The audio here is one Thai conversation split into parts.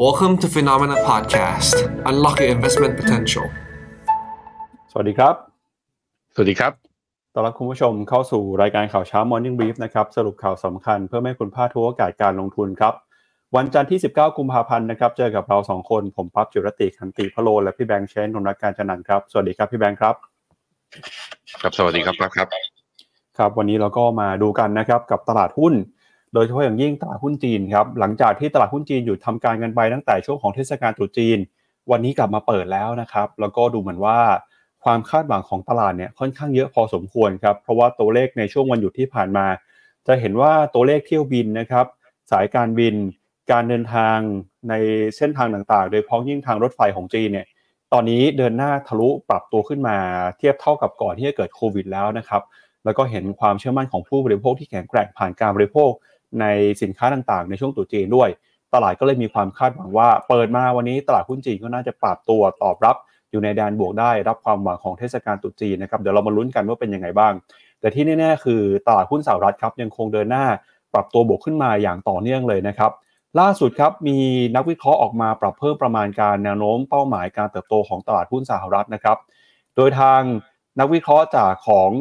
Welcome to Phenomena Podcast. Unlock your investment potential. สวัสดีครับสวัสดีครับต้อนรับคุณผู้ชมเข้าสู่รายการข่าวเช้า Morning Brief นะครับสรุปข่าวสำคัญเพื่อให้คุณพลาดทุกโอกาสการลงทุนครับวันจันทร์ที่19กุมภาพันธ์นะครับเจอกับเรา2คนผมปั๊บจิรติขันติพโลและพี่แบงค์เชนนนท์รักการจันนันท์ครับสวัสดีครับพี่แบงค์ครับครับสวัสดีครับครับครับวันนี้เราก็มาดูกันนะครับกับตลาดหุ้นโดยเฉพาะอย่างยิ่งตลาดหุ้นจีนครับหลังจากที่ตลาดหุ้นจีนหยุดทำการกันไปตั้งแต่ช่วงของเทศกาลตรุษจีนวันนี้กลับมาเปิดแล้วนะครับแล้วก็ดูเหมือนว่าความคาดหวังของตลาดเนี่ยค่อนข้างเยอะพอสมควรครับเพราะว่าตัวเลขในช่วงวันหยุดที่ผ่านมาจะเห็นว่าตัวเลขเที่ยวบินนะครับสายการบินการเดินทางในเส้นทางต่างๆโดยเฉพาะยิ่งทางรถไฟของจีนเนี่ยตอนนี้เดินหน้าทะลุปรับตัวขึ้นมาเทียบเท่ากับก่อนที่จะเกิดโควิดแล้วนะครับแล้วก็เห็นความเชื่อมั่นของผู้บริโภคที่แข็งแกร่งผ่านการบริโภคในสินค้าต่างๆในช่วงตรุษจีนด้วยตลาดก็เลยมีความคาดหวังว่าเปิดมาวันนี้ตลาดหุ้นจีนก็น่าจะปรับตัวตอบรับอยู่ในแดนบวกได้รับความหวังของเทศกาลตรุษจีนนะครับเดี๋ยวเรามาลุ้นกันว่าเป็นยังไงบ้างแต่ที่แน่ๆคือตลาดหุ้นสหรัฐครับยังคงเดินหน้าปรับตัวบวกขึ้นมาอย่างต่อเนื่องเลยนะครับล่าสุดครับมีนักวิเคราะห์ออกมาปรับเพิ่มประมาณการแนวโน้มเป้าหมายการเติบโตของตลาดหุ้นสหรัฐนะครับโดยทางนักวิเคราะห์จากของ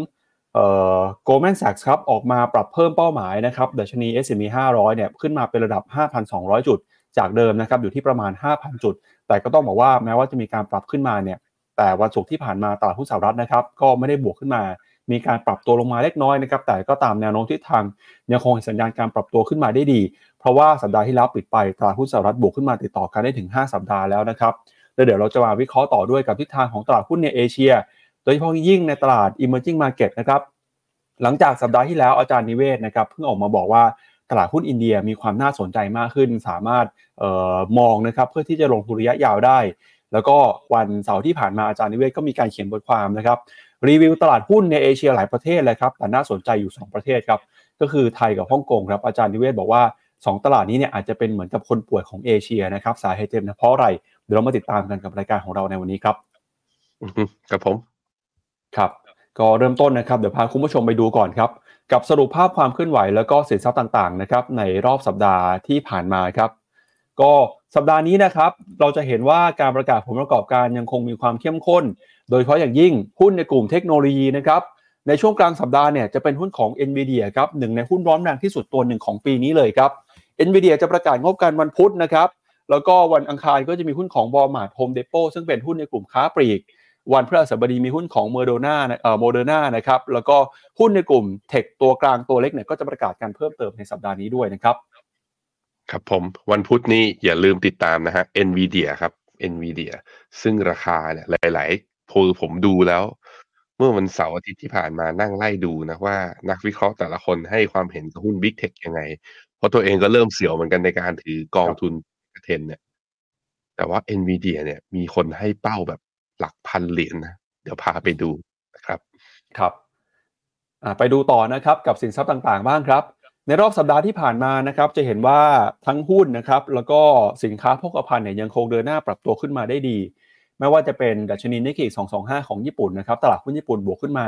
Goldman Sachs ครับออกมาปรับเพิ่มเป้าหมายนะครับดัชนี S&P 500เนี่ยขึ้นมาเป็นระดับ 5,200 จุดจากเดิมนะครับอยู่ที่ประมาณ 5,000 จุดแต่ก็ต้องบอกว่าแม้ว่าจะมีการปรับขึ้นมาเนี่ยแต่วันศุกร์ที่ผ่านมาตลาดหุ้นสหรัฐนะครับก็ไม่ได้บวกขึ้นมามีการปรับตัวลงมาเล็กน้อยนะครับแต่ก็ตามแนวโน้มทิศทางยังคงเห็นสัญญาณการปรับตัวขึ้นมาได้ดีเพราะว่าสัปดาห์ที่แล้วปิดไปตลาดหุ้นสหรัฐบวกขึ้นมาติดต่อกันได้ถึง5สัปดาห์แล้วนะครับแล้วเดี๋ยวเราจะมาวิเคราะห์ต่อด้วยกับทิศทางของตลาดหุ้นในเอเชียโดยเฉพาะยิ่งในตลาด Emerging Market นะครับหลังจากสัปดาห์ที่แล้วอาจารย์นิเวศนะครับเพิ่งออกมาบอกว่าตลาดหุ้นอินเดียมีความน่าสนใจมากขึ้นสามารถมองนะครับเพื่อที่จะลงทุนระยะยาวได้แล้วก็วันเสาร์ที่ผ่านมาอาจารย์นิเวศก็มีการเขียนบทความนะครับรีวิวตลาดหุ้นในเอเชียหลายประเทศเลยครับแต่น่าสนใจอยู่2ประเทศครับก็คือไทยกับฮ่องกงครับอาจารย์นิเวศบอกว่า2ตลาดนี้เนี่ยอาจจะเป็นเหมือนกับคนป่วยของเอเชียนะครับสาเหตุเป็นเพราะอะไรเดี๋ยวเรามาติดตามกันกับรายการของเราในวันนี้ครับครับผมครับก็เริ่มต้นนะครับเดี๋ยวพาคุณผู้ชมไปดูก่อนครับกับสรุปภาพความเคลื่อนไหวแล้วก็สินทรัพย์ต่างๆนะครับในรอบสัปดาห์ที่ผ่านมาครับก็สัปดาห์นี้นะครับเราจะเห็นว่าการประกาศผลประกอบการยังคงมีความเข้มข้นโดยเฉพาะอย่างยิ่งหุ้นในกลุ่มเทคโนโลยีนะครับในช่วงกลางสัปดาห์เนี่ยจะเป็นหุ้นของ Nvidia ครับหนึ่งในหุ้นร้อนแรงที่สุดตัวหนึ่งของปีนี้เลยครับ Nvidia จะประกาศงบการวันพุธนะครับแล้วก็วันอังคารก็จะมีหุ้นของ Walmart Home Depot ซึ่งเป็นหุ้นในกลุ่มค้าปลีกวันพฤหัสบดีมีหุ้นของโมเดอร์นานะครับแล้วก็หุ้นในกลุ่มเทคตัวกลางตัวเล็กเนี่ยก็จะประกาศการเพิ่มเติมในสัปดาห์นี้ด้วยนะครับครับผมวันพุธนี้อย่าลืมติดตามนะฮะ Nvidia ครับ Nvidia ซึ่งราคาเนี่ยหลายๆโพลผมดูแล้วเมื่อวันเสาร์อาทิตย์ที่ผ่านมานั่งไล่ดูนะว่านักวิเคราะห์แต่ละคนให้ความเห็นกับหุ้น Big Tech ยังไงเพราะตัวเองก็เริ่มเสียวเหมือนกันในการถือกองทุนเทนเนี่ยแต่ว่า Nvidia เนี่ยมีคนให้เป้าแบบหลักพันเหรียญนะเดี๋ยวพาไปดูนะครับครับไปดูต่อนะครับกับสินทรัพย์ต่างๆบ้างครับในรอบสัปดาห์ที่ผ่านมานะครับจะเห็นว่าทั้งหุ้นนะครับแล้วก็สินค้าโภคภัณฑ์เนี่ยยังคงเดินหน้าปรับตัวขึ้นมาได้ดีไม่ว่าจะเป็นดัชนีนิกเกิ225ของญี่ปุ่นนะครับตลาดหุ้นญี่ปุ่นบวกขึ้นมา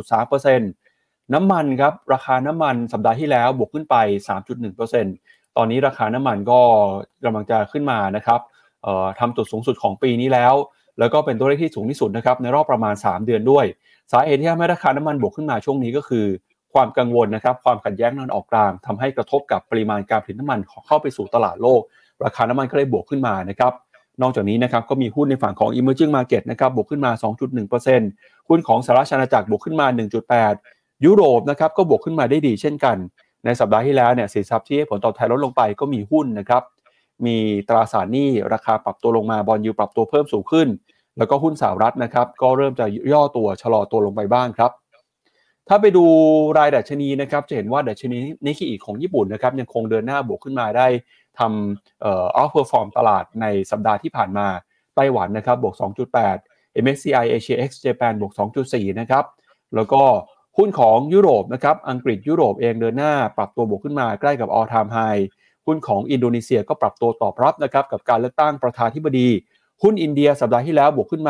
4.3% น้ำมันครับราคาน้ำมันสัปดาห์ที่แล้วบวกขึ้นไป 3.1% ตอนนี้ราคาน้ำมันก็กำลังจะขึ้นมานะครับทำจุดสูงสุดของปีนี้แล้วก็เป็นตัวเลขที่สูงที่สุดนะครับในรอบประมาณ3เดือนด้วยสาเหตุที่ทำให้ราคาน้ำมันบวกขึ้นมาช่วงนี้ก็คือความกังวลนะครับความขัดแย้งตะวันออกกลางทำให้กระทบกับปริมาณการผลิตน้ำมันเข้าไปสู่ตลาดโลกราคาน้ำมันก็เลยบวกขึ้นมานะครับนอกจากนี้นะครับก็มีหุ้นในฝั่งของ Emerging Market นะครับบวกขึ้นมา 2.1% หุ้นของสหรัฐอาณาจักรบวกขึ้นมา 1.8% ยุโรปนะครับก็บวกขึ้นมาได้ดีเช่นกันในสัปดาห์ที่แล้วเนี่ยสินทรัพย์ที่ให้ผลตอบแทนลดลงไปก็มีหุ้นนะครับมีตราสารหนี้ราคาปรับตัวลงมาบอนด์ยิลด์ปรับตัวเพิ่มสูงขึ้นแล้วก็หุ้นสหรัฐนะครับก็เริ่มจะย่อตัวชะลอตัวลงไปบ้างครับถ้าไปดูรายดัชนีนะครับจะเห็นว่าดัชนีนิกเกิอิของญี่ปุ่นนะครับยังคงเดินหน้าบวกขึ้นมาได้ทำoutperform ตลาดในสัปดาห์ที่ผ่านมาไต้หวันนะครับบวก 2.8 MSCI Asia X Japan บวก 2.4 นะครับแล้วก็หุ้นของยุโรปนะครับอังกฤษยุโรปเองเดินหน้าปรับตัวบวกขึ้นมาใกล้กับ all time high หุ้นของอินโดนีเซียก็ปรับตัวตอบรับนะครับกับการเลือกตั้งประธานาธิบดีหุ้นอินเดียสัปดาห์ที่แล้วบวกขึ้นมา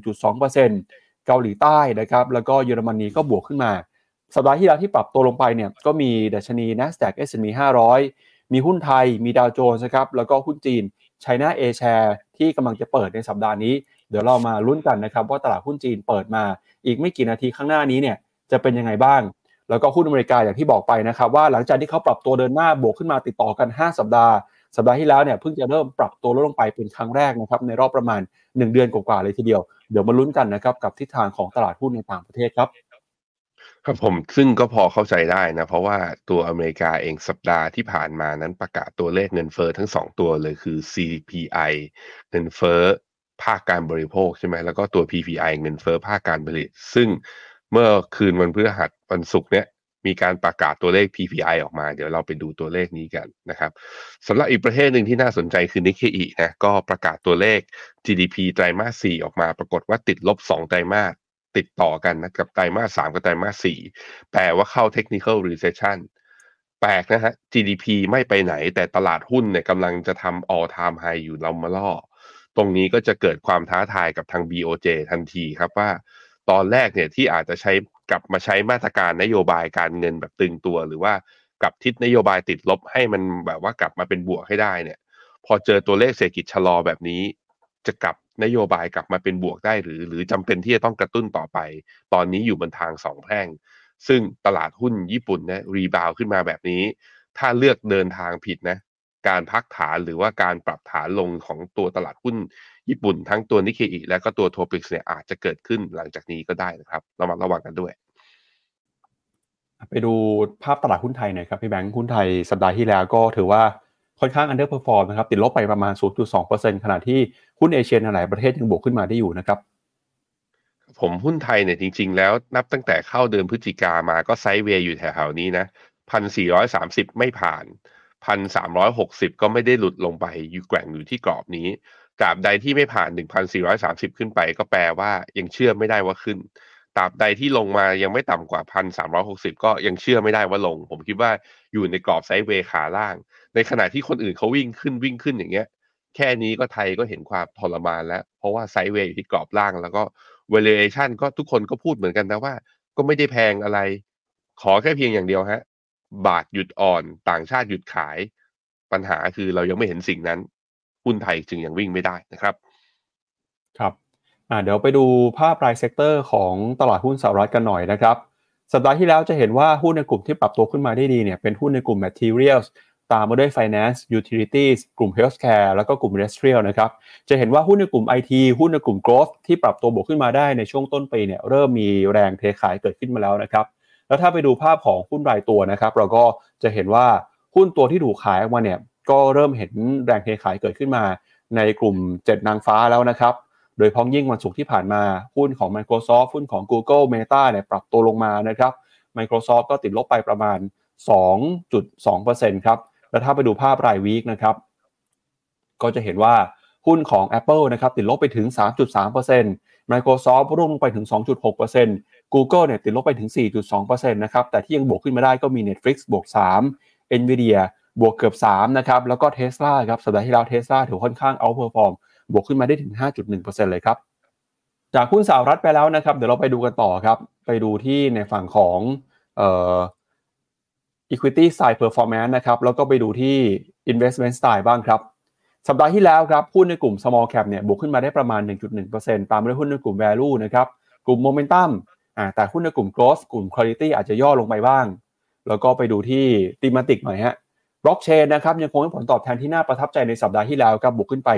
1.2% เกาหลีใต้นะครับแล้วก็เยอรมนีก็บวกขึ้นมาสัปดาห์ที่แล้วที่ปรับตัวลงไปเนี่ยก็มีดัชนี NASDAQ S&P 500มีหุ้นไทยมีดาวโจนส์นะครับแล้วก็หุ้นจีน China A Share ที่กำลังจะเปิดในสัปดาห์นี้เดี๋ยวเรามาลุ้นกันนะครับว่าตลาดหุ้นจีนเปิดมาอีกไม่กี่นาทีข้างหน้านี้เนี่ยจะเป็นยังไงบ้างแล้วก็หุ้นอเมริกาอย่างที่บอกไปนะครับว่าหลังจากที่เขาปรับตัวเดินหน้าบวกขึ้นมาติดต่อกัน5สัปดาห์ที่แล้วเนี่ยเพิ่งจะเริ่มปรับตัวลดลงไปเป็นครั้งแรกนะครับในรอบประมาณ1เดือนกว่าๆเลยทีเดียวเดี๋ยวมาลุ้นกันนะครับกับทิศทางของตลาดหุ้นในต่างประเทศครับครับผมซึ่งก็พอเข้าใจได้นะเพราะว่าตัวอเมริกาเองสัปดาห์ที่ผ่านมานั้นประกาศตัวเลขเงินเฟ้อทั้ง2ตัวเลยคือ CPI เงินเฟ้อภาคการบริโภคใช่ไหมแล้วก็ตัว PPI เงินเฟ้อภาคการผลิตซึ่งเมื่อคืนวันพฤหัสวันศุกร์เนี่ยมีการประกาศตัวเลข PPI ออกมาเดี๋ยวเราไปดูตัวเลขนี้กันนะครับสำหรับอีกประเทศหนึ่งที่น่าสนใจคือ Nikkei นะก็ประกาศตัวเลข GDP ไตรมาส4ออกมาปรากฏว่าติดลบ2ไตรมาสติดต่อกันนะกับไตรมาส3กับไตรมาส4แปลว่าเข้า Technical Recession แปลกนะฮะ GDP ไม่ไปไหนแต่ตลาดหุ้นเนี่ยกำลังจะทำ all time high อยู่เรามาล่อตรงนี้ก็จะเกิดความท้าทายกับทาง BOJ ทันทีครับว่าตอนแรกเนี่ยที่อาจจะกลับมาใช้มาตรการนโยบายการเงินแบบตึงตัวหรือว่ากลับทิศนโยบายติดลบให้มันแบบว่ากลับมาเป็นบวกให้ได้เนี่ยพอเจอตัวเลขเศรษฐกิจชะลอแบบนี้จะกลับนโยบายกลับมาเป็นบวกได้หรือจำเป็นที่จะต้องกระตุ้นต่อไปตอนนี้อยู่บนทาง2แพร่งซึ่งตลาดหุ้นญี่ปุ่นนะรีบาวขึ้นมาแบบนี้ถ้าเลือกเดินทางผิดนะการพักฐานหรือว่าการปรับฐานลงของตัวตลาดหุ้นญี่ปุ่นทั้งตัวนิเคอิและก็ตัวโทปิกส์เนี่ยอาจจะเกิดขึ้นหลังจากนี้ก็ได้นะครับระมัดระวังกันด้วยไปดูภาพตลาดหุ้นไทยหน่อยครับพี่แบงค์หุ้นไทยสัปดาห์ที่แล้วก็ถือว่าค่อนข้าง underperform นะครับติดลบไปประมาณ 0.2% ขณะที่หุ้นเอเชียในหลายประเทศยังบวกขึ้นมาได้อยู่นะครับผมหุ้นไทยเนี่ยจริงๆแล้วนับตั้งแต่เข้าเดือนพฤศจิกามาก็ไซด์เวย์อยู่แถวๆนี้นะ1,430ไม่ผ่าน1,360ก็ไม่ได้หลุดลงไปอยู่แกว่งอยู่ที่กรอบนี้ตราบใดที่ไม่ผ่าน1,430ขึ้นไปก็แปลว่ายังเชื่อไม่ได้ว่าขึ้นตราบใดที่ลงมายังไม่ต่ำกว่า1,360ก็ยังเชื่อไม่ได้ว่าลงผมคิดว่าอยู่ในกรอบไซด์เวย์ขาล่างในขณะที่คนอื่นเขาวิ่งขึ้นอย่างเงี้ยแค่นี้ก็ไทยก็เห็นความทรมานแล้วเพราะว่าไซด์เวย์อยู่ที่กรอบล่างแล้วก็ valuation ก็ทุกคนก็พูดเหมือนกันนะว่าก็ไม่ได้แพงอะไรขอแค่เพียงอย่างเดียวฮะบาทหยุดอ่อนต่างชาติหยุดขายปัญหาคือเรายังไม่เห็นสิ่งนั้นหุ้นไทยจึงยังวิ่งไม่ได้นะครับครับเดี๋ยวไปดูภาพรายเซกเตอร์ของตลาดหุ้นสหรัฐกันหน่อยนะครับสัปดาห์ที่แล้วจะเห็นว่าหุ้นในกลุ่มที่ปรับตัวขึ้นมาได้ดีเนี่ยเป็นหุ้นในกลุ่ม Materials ตามมาด้วย Finance Utilities กลุ่ม Healthcare แล้วก็กลุ่ม Industrial นะครับจะเห็นว่าหุ้นในกลุ่ม IT หุ้นในกลุ่ม Growth ที่ปรับตัวบวกขึ้นมาได้ในช่วงต้นปีเนี่ยเริ่มมีแรงเทขายเกิดขึ้นมาแล้วนะครับแล้วถ้าไปดูภาพของหุ้นรายตัวนะครับเราก็จะเห็นว่าหุ้นตัวที่ถูกขายออกมาเนี่ยก็เริ่มเห็นแรงเทขายเกิดขึ้นมาในกลุ่ม7นางฟ้าแล้วนะครับโดยพ้องยิ่งวันศุกร์ที่ผ่านมาหุ้นของ Microsoft หุ้นของ Google Meta เนี่ยปรับตัวลงมานะครับ Microsoft ก็ติดลบไปประมาณ 2.2% ครับแล้วถ้าไปดูภาพรายวีคนะครับก็จะเห็นว่าหุ้นของ Apple นะครับติดลบไปถึง 3.3% Microsoft ร่วงลงไปถึง 2.6% Google เนี่ยติดลบไปถึง 4.2% นะครับแต่ที่ยังบวกขึ้นมาได้ก็มี Netflix บวก 3 Nvidia บวกเกือบ 3 นะครับแล้วก็ Tesla ครับสัปดาห์ที่แล้ว Tesla ถือค่อนข้าง outperform บวกขึ้นมาได้ถึง 5.1% เลยครับจากหุ้นสหรัฐไปแล้วนะครับเดี๋ยวเราไปดูกันต่อครับไปดูที่ในฝั่งของเอ่อ equity side performance นะครับแล้วก็ไปดูที่ investment style บ้างครับสัปดาห์ที่แล้วครับหุ้นในกลุ่ม small cap เนี่ยบวกขึ้นมาได้ประมาณ 1.1% ตามด้วยหุ้นในกลุ่ม value นะครับกลุ่ม momentum แต่หุ้นในกลุ่ม growth กลุ่ม quality อาจจะย่อลงไปบ้างแล้วก็ไปดูที่ thematic หน่อยฮะ blockchain นะครับยังคงให้ผลตอบแทนที่น่าประทับใจในสัปดาห์ที่แล้วครับบวกขึ้นไป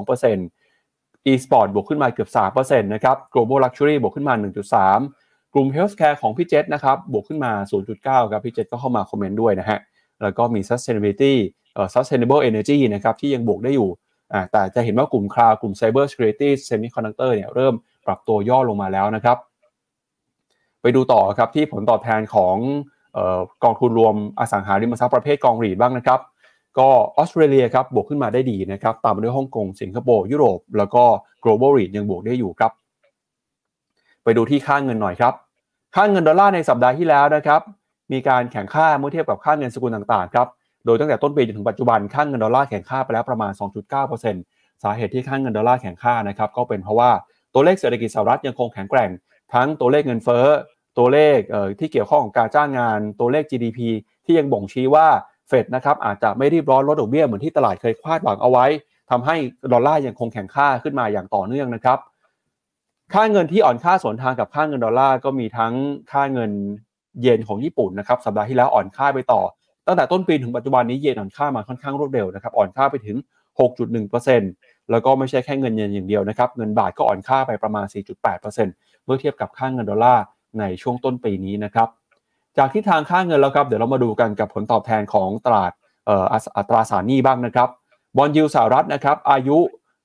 12% e-sport บวกขึ้นมาเกือบ 3% นะครับ global luxury บวกขึ้นมา 1.3 กลุ่ม healthcare ของพี่เจษนะครับบวกขึ้นมา 0.9 ครับพี่เจษก็เข้ามาคอมเมนต์ด้วยนะฮะแล้วก็มี sustainability sustainable energy นะครับที่ยังบวกได้อยู่แต่จะเห็นว่ากลุ่ม cloud กลุ่ม cyber security semiconductor เนี่ยเริ่มปรับตัวย่อลงมาแล้วนะครับไปดูต่อครับที่ผลตอบแทนของกองทุนรวมอสังหาริมทรัพย์ประเภทกองรีทบ้างนะครับก็ออสเตรเลียครับบวกขึ้นมาได้ดีนะครับตามมาด้วยฮ่องกงสิงคโปร์ยุโรปแล้วก็ global REIT ยังบวกได้อยู่ครับไปดูที่ค่าเงินหน่อยครับค่าเงินดอลลาร์ในสัปดาห์ที่แล้วนะครับมีการแข่งค่าเมื่อเทียบกับค่าเงินสกุลต่างๆครับโดยตั้งแต่ต้นปีจนถึงปัจจุบันค่าเงินดอลลาร์แข่งค่าไปแล้วประมาณ 2.9% สาเหตุที่ค่าเงินดอลลาร์แข่งค่านะครับก็เป็นเพราะว่าตัวเลขเศรษฐกิจสหรัฐยังคงแข็งแกร่งทั้งตัวเลขเงินเฟ้อตัวเลขที่เกี่ยวข้องกับการจ้างงานตัวเลข GDP ที่ยังบ่งชี้ว่าเฟดนะครับอาจจะไม่รีบร้อนลดดอกเบี้ยเหมือนที่ตลาดเคยคาดหวังเอาไว้ทำให้ดอลลาร์ยังคงแข็งค่าขึ้นมาอย่างต่อเนื่องนะครับค่าเงินที่อ่อนค่าสวนทางกับค่าเงินดอลลาร์ก็มีทั้งค่าเงินเยนของญี่ปุ่นนะครับสัปดาห์ที่แล้วอ่อนค่าไปต่อตั้งแต่ต้นปีถึงปัจจุบันนี้เยนอ่อนค่ามาค่อนข้างรวดเร็วนะครับอ่อนค่าไปถึง 6.1% แล้วก็ไม่ใช่แค่เงินเยนอย่างเดียวนะครับเงินบาทก็อ่อนค่าไปประมาณ 4.8% เมื่อเทียบกับค่าเงินดอลลาร์ในช่วงต้นปีนี้นะครับจากที่ทางค่าเงินแล้วครับเดี๋ยวเรามาดูกันกับผลตอบแทนของตลาดอัตราสารหนี้บ้างนะครับบอนด์ยิลด์สหรัฐนะครับอายุ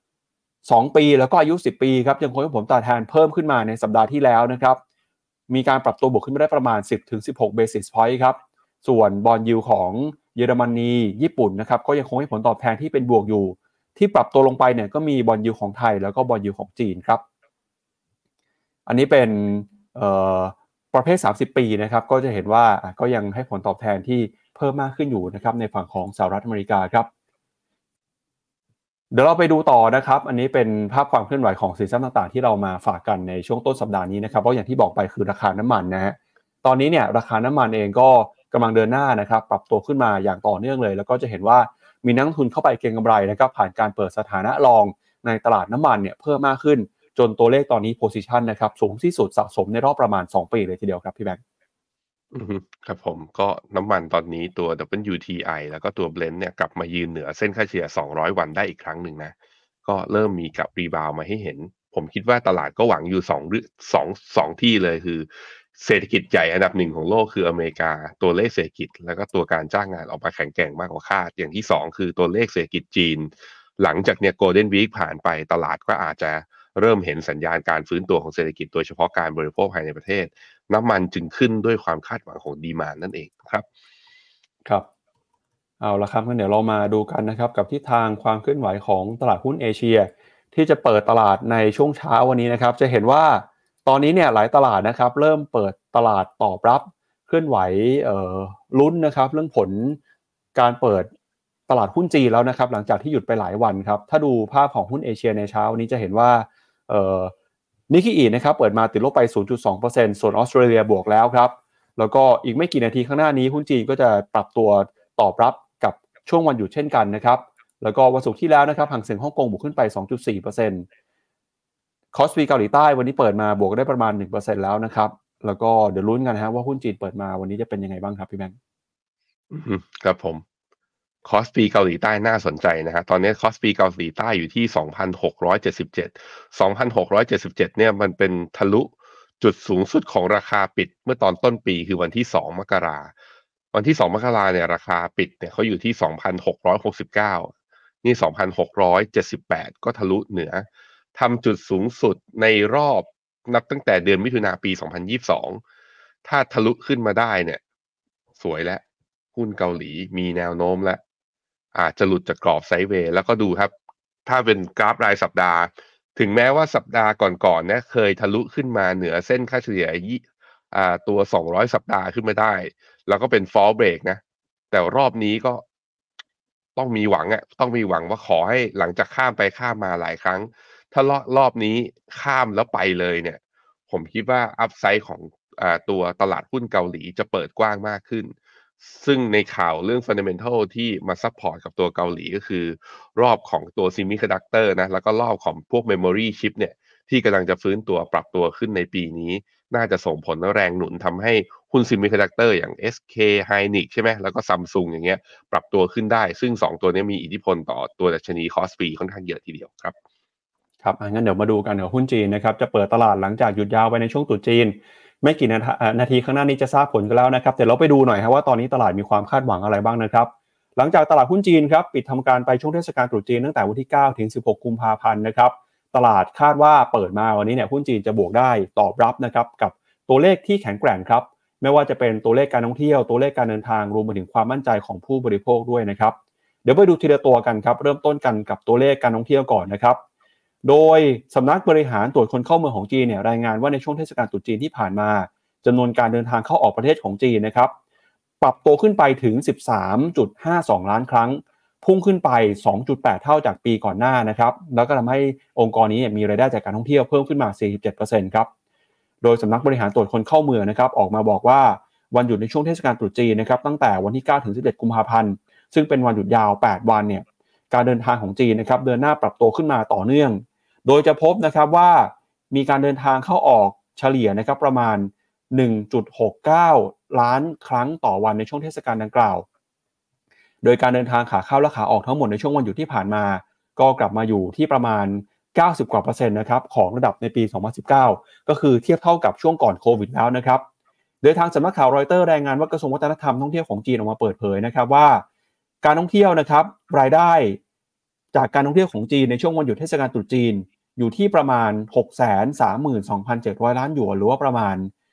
2ปีแล้วก็อายุ10ปีครับยังคงให้ผลตอบแทนเพิ่มขึ้นมาในสัปดาห์ที่แล้วนะครับมีการปรับตัวบวกขึ้นมาได้ประมาณ 10-16 basis point ครับส่วนบอนด์ยิลด์ของเยอรมนีญี่ปุ่นนะครับก็ยังคงให้ผลตอบแทนที่เป็นบวกอยู่ที่ปรับตัวลงไปเนี่ยก็มีบอนด์ยิลด์ของไทยแล้วก็บอนด์ยิลด์ของจีนครับอันนี้เป็นประเภท30ปีนะครับก็จะเห็นว่าก็ยังให้ผลตอบแทนที่เพิ่มมากขึ้นอยู่นะครับในฝั่งของสหรัฐอเมริกาครับเดี๋ยวเราไปดูต่อนะครับอันนี้เป็นภาพความเคลื่อนไหวของสินทรัพย์ต่างๆที่เรามาฝากกันในช่วงต้นสัปดาห์นี้นะครับเพราะอย่างที่บอกไปคือราคาน้ำมันนะฮะตอนนี้เนี่ยราคาน้ำมันเองก็กำลังเดินหน้านะครับปรับตัวขึ้นมาอย่างต่อเนื่องเลยแล้วก็จะเห็นว่ามีนักลงทุนเข้าไปเก็งกำไรนะครับผ่านการเปิดสถานะรองในตลาดน้ำมันเนี่ยเพิ่มมากขึ้นจนตัวเลขตอนนี้ position นะครับสูงที่สุดสะสมในรอบประมาณ2ปีเลยทีเดียวครับพี่แบงค์ครับผมก็น้ำมันตอนนี้ตัว WTI แล้วก็ตัว Brent เนี่ยกลับมายืนเหนือเส้นค่าเฉลี่ย200วันได้อีกครั้งหนึ่งนะก็เริ่มมีกลับรีบาวด์มาให้เห็นผมคิดว่าตลาดก็หวังอยู่2ที่เลยคือเศรษฐกิจใหญ่อันดับหนึ่งของโลกคืออเมริกาตัวเลขเศรษฐกิจแล้วก็ตัวการจ้างงานออกมาแข็งแกร่งมากกว่าคาดอย่างที่2คือตัวเลขเศรษฐกิจจีนหลังจากเนี่ย Golden Week ผ่านไปตลาดก็อาจจะเริ่มเห็นสัญญาณการฟื้นตัวของเศรษฐกิจโดยเฉพาะการบริโภคภายในประเทศน้ำมันจึงขึ้นด้วยความคาดหวังของดีมานด์นั่นเองครับครับเอาละครับงั้นเดี๋ยวเรามาดูกันนะครับกับทิศทางความเคลื่อนไหวของตลาดหุ้นเอเชียที่จะเปิดตลาดในช่วงเช้าวันนี้นะครับจะเห็นว่าตอนนี้เนี่ยหลายตลาดนะครับเริ่มเปิดตลาดตอบรับเคลื่อนไหวลุ้นนะครับเรื่องผลการเปิดตลาดหุ้นจีนแล้วนะครับหลังจากที่หยุดไปหลายวันครับถ้าดูภาพของหุ้นเอเชียในเช้านี้จะเห็นว่านิกเกิลนะครับเปิดมาติดลบไป 0.2% ส่วนออสเตรเลียบวกแล้วครับแล้วก็อีกไม่กี่นาทีข้างหน้านี้หุ้นจีนก็จะปรับตัวตอบรับกับช่วงวันหยุดเช่นกันนะครับแล้วก็วันศุกร์ที่แล้วนะครับหังเส็งฮ่องกงบวกขึ้นไป 2.4% คอสปีเกาหลีใต้วันนี้เปิดมาบวกได้ประมาณ 1% แล้วนะครับแล้วก็เดี๋ยวลุ้นกันนะฮะว่าหุ้นจีนเปิดมาวันนี้จะเป็นยังไงบ้างครับพี่แบงค์ครับผมคอสปีเกาหลีใต้น่าสนใจนะฮะตอนนี้คอสปีเกาหลีใต้อยู่ที่ 2,677 เนี่ยมันเป็นทะลุจุดสูงสุดของราคาปิดเมื่อตอนต้นปีคือวันที่2มกราวันที่2มกราเนี่ยราคาปิดเนี่ยเขาอยู่ที่ 2,669 นี่ 2,678 ก็ทะลุเหนือทำจุดสูงสุดในรอบนับตั้งแต่เดือนมิถุนาปี 2022 ถ้าทะลุขึ้นมาได้เนี่ยสวยแล้วหุ้นเกาหลีมีแนวโน้มแล้วอาจจะหลุดจากกรอบไซด์เวย์แล้วก็ดูครับถ้าเป็นกราฟรายสัปดาห์ถึงแม้ว่าสัปดาห์ก่อนๆเนี่ยเคยทะลุขึ้นมาเหนือเส้นค่าเฉลี่ยตัว200สัปดาห์ขึ้นมาได้แล้วก็เป็น fall break นะแต่รอบนี้ก็ต้องมีหวังต้องมีหวังว่าขอให้หลังจากข้ามไปข้ามมาหลายครั้งถ้ารอบนี้ข้ามแล้วไปเลยเนี่ยผมคิดว่าอัพไซด์ของตัวตลาดหุ้นเกาหลีจะเปิดกว้างมากขึ้นซึ่งในข่าวเรื่อง fundamental ที่มาซัพพอร์ตกับตัวเกาหลีก็คือรอบของตัว semiconductor นะแล้วก็รอบของพวก memory chip เนี่ยที่กำลังจะฟื้นตัวปรับตัวขึ้นในปีนี้น่าจะส่งผลแรงหนุนทำให้หุ้น semiconductor อย่าง SK Hynix ใช่ไหมแล้วก็ Samsung อย่างเงี้ยปรับตัวขึ้นได้ซึ่ง2ตัวนี้มีอิทธิพลต่อตัวดัชนีคอสปีค่อนข้างเยอะทีเดียวครับครับงั้นเดี๋ยวมาดูกันกับหุ้นจีนนะครับจะเปิดตลาดหลังจากหยุดยาวไปในช่วงตรุษจีนไม่กี่นาทีข้างหน้านี้จะทราบผลกันแล้วนะครับแต่เราไปดูหน่อยครับว่าตอนนี้ตลาดมีความคาดหวังอะไรบ้างนะครับหลังจากตลาดหุ้นจีนครับปิดทำการไปช่วงเทศกาลตรุษจีนตั้งแต่วันที่9ถึง16กุมภาพันธ์นะครับตลาดคาดว่าเปิดมาวันนี้เนี่ยหุ้นจีนจะบวกได้ตอบรับนะครับกับตัวเลขที่แข็งแกร่งครับไม่ว่าจะเป็นตัวเลขการท่องเที่ยวตัวเลขการเดินทางรวมไปถึงความมั่นใจของผู้บริโภคด้วยนะครับเดี๋ยวไปดูทีละตัวกันครับเริ่มต้นกันกับตัวเลขการท่องเที่ยวก่อนนะครับโดยสำนักบริหารตรวจคนเข้าเมืองของจีนเนี่ยรายงานว่าในช่วงเทศกาลตรุษจีนที่ผ่านมาจำนวนการเดินทางเข้าออกประเทศของจีนนะครับปรับตัวขึ้นไปถึง 13.52 ล้านครั้งพุ่งขึ้นไป 2.8 เท่าจากปีก่อนหน้านะครับแล้วก็ทำให้องค์กรนี้มีรายได้จากการท่องเที่ยวเพิ่มขึ้นมา 47% ครับโดยสำนักบริหารตรวจคนเข้าเมืองนะครับออกมาบอกว่าวันหยุดในช่วงเทศกาลตรุษจีนนะครับตั้งแต่วันที่9ถึง11กุมภาพันธ์ซึ่งเป็นวันหยุดยาว8วันเนี่ยการเดินทางของจีนนะครับเดินหน้าปรับตัวขึ้นมาต่อเนื่องโดยจะพบนะครับว่ามีการเดินทางเข้าออกเฉลี่ยนะครับประมาณ 1.69 ล้านครั้งต่อวันในช่วงเทศกาลดังกล่าวโดยการเดินทางขาเข้าและขาออกทั้งหมดในช่วงวันหยุดที่ผ่านมาก็กลับมาอยู่ที่ประมาณ90 กว่า%นะครับของระดับในปี 2019 ก็คือเทียบเท่ากับช่วงก่อนโควิดแล้วนะครับโดยทางสำนักข่าวรอยเตอร์รายงานว่ากระทรวงวัฒนธรรมท่องเที่ยวของจีนออกมาเปิดเผยนะครับว่าการท่องเที่ยวนะครับรายได้จากการท่องเที่ยวของจีนในช่วงวันหยุดเทศกาลตรุษจีนอยู่ที่ประมาณ 632,700 ล้านหยวนหรือว่าประมาณ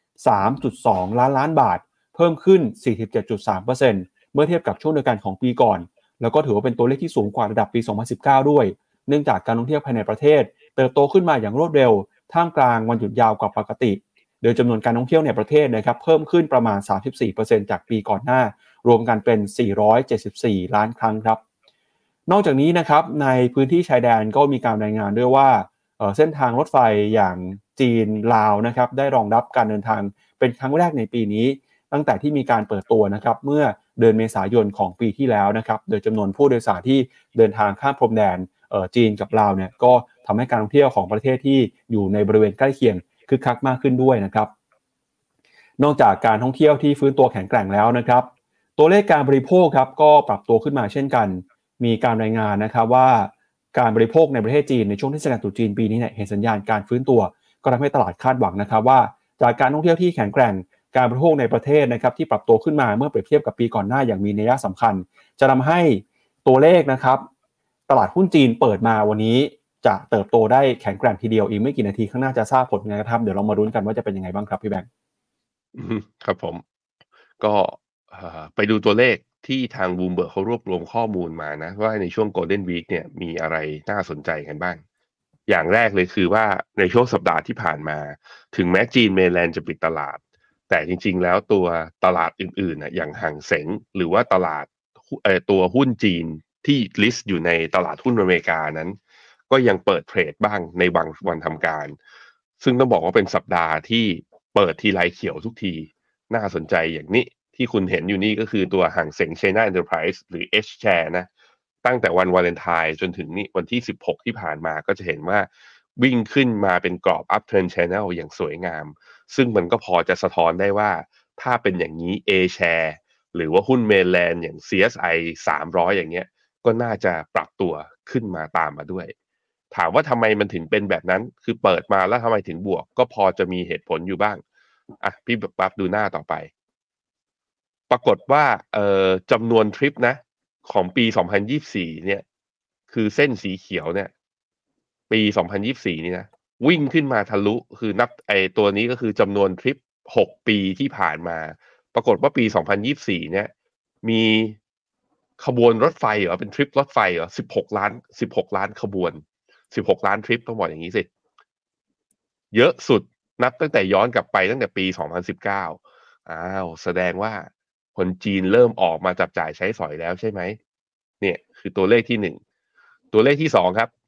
3.2 ล้านบาทเพิ่มขึ้น 47.3% เมื่อเทียบกับช่วงเดียวกันของปีก่อนแล้วก็ถือว่าเป็นตัวเลขที่สูงกว่าระดับปี 2019 ด้วยเนื่องจากการท่องเที่ยวภายในประเทศเติบโตขึ้นมาอย่างรวดเร็วท่ามกลางวันหยุดยาวกว่าปกติโดยจำนวนการท่องเที่ยวในประเทศนะครับเพิ่มขึ้นประมาณ 34% จากปีก่อนหน้ารวมกันเป็น474ล้านครั้งครับนอกจากนี้นะครับในพื้นที่ชายแดนก็มีการรายงานด้วยว่าเส้นทางรถไฟอย่างจีนลาวนะครับได้รองรับการเดินทางเป็นครั้งแรกในปีนี้ตั้งแต่ที่มีการเปิดตัวนะครับเมื่อเดือนเมษายนของปีที่แล้วนะครับโดยจำนวนผู้โดยสารที่เดินทางข้ามพรมแดนจีนกับลาวเนี่ยก็ทำให้การท่องเที่ยวของประเทศที่อยู่ในบริเวณใกล้เคียงคึกคักมากขึ้นด้วยนะครับนอกจากการท่องเที่ยวที่ฟื้นตัวแข็งแกร่งแล้วนะครับตัวเลขการบริโภคครับก็ปรับตัวขึ้นมาเช่นกันมีการรายงานนะครับว่าการบริโภคในประเทศจีนในช่วงเทศกาลตรุษจีนปีนี้เนี่ยเห็นสัญญาณการฟื้นตัวก็ทำให้ตลาดคาดหวังนะครับว่าจากการท่องเที่ยวที่แข็งแกร่งการบริโภคในประเทศนะครับที่ปรับตัวขึ้นมาเมื่อเปรียบเทียบกับปีก่อนหน้าอย่างมีนัยสำคัญจะทำให้ตัวเลขนะครับตลาดหุ้นจีนเปิดมาวันนี้จะเติบโตได้แข็งแกร่งทีเดียวอีกไม่กี่นาทีข้างหน้าจะทราบผลงานครับเดี๋ยวเรามาลุ้นกันว่าจะเป็นยังไงบ้างครับพี่แบงค์ครับผมก็ไปดูตัวเลขที่ทาง Bloomberg เขารวบรวมข้อมูลมานะว่าในช่วง Golden Week เนี่ยมีอะไรน่าสนใจกันบ้างอย่างแรกเลยคือว่าในช่วงสัปดาห์ที่ผ่านมาถึงแม้จีนเมนแลนด์จะปิดตลาดแต่จริงๆแล้วตัวตลาดอื่นๆอย่างห่างเส็งหรือว่าตลาดตัวหุ้นจีนที่ลิสต์อยู่ในตลาดหุ้นอเมริกานั้นก็ยังเปิดเทรดบ้างในบางวันทำการซึ่งต้องบอกว่าเป็นสัปดาห์ที่เปิดทีไรเขียวทุกทีน่าสนใจอย่างนี้ที่คุณเห็นอยู่นี่ก็คือตัวห่างเส็ง China Enterprise หรือ H-share นะตั้งแต่วันวาเลนไทน์จนถึงนี่วันที่16ที่ผ่านมาก็จะเห็นว่าวิ่งขึ้นมาเป็นกรอบ Uptrend Channel อย่างสวยงามซึ่งมันก็พอจะสะท้อนได้ว่าถ้าเป็นอย่างนี้ A-share หรือว่าหุ้นเมนแลนด์อย่าง CSI 300อย่างเงี้ยก็น่าจะปรับตัวขึ้นมาตามมาด้วยถามว่าทำไมมันถึงเป็นแบบนั้นคือเปิดมาแล้วทำไมถึงบวกก็พอจะมีเหตุผลอยู่บ้างพี่ปั๊บดูหน้าต่อไปปรากฏว่าจำนวนทริปนะของปี2024เนี่ยคือเส้นสีเขียวเนี่ยปี2024นี่นะวิ่งขึ้นมาทะลุคือนับตัวนี้ก็คือจำนวนทริป6ปีที่ผ่านมาปรากฏว่าปี2024เนี่ยมีขบวนรถไฟเหรอเป็นทริปรถไฟเหรอ16 ล้านขบวน16 ล้านทริปต้องบอกอย่างนี้สิเยอะสุดนับตั้งแต่ย้อนกลับไปตั้งแต่ปี2019แสดงว่าคนจีนเริ่มออกมาจับจ่ายใช้สอยแล้วใช่ไหมเนี่ยคือตัวเลขที่1ตัวเลขที่2ครับ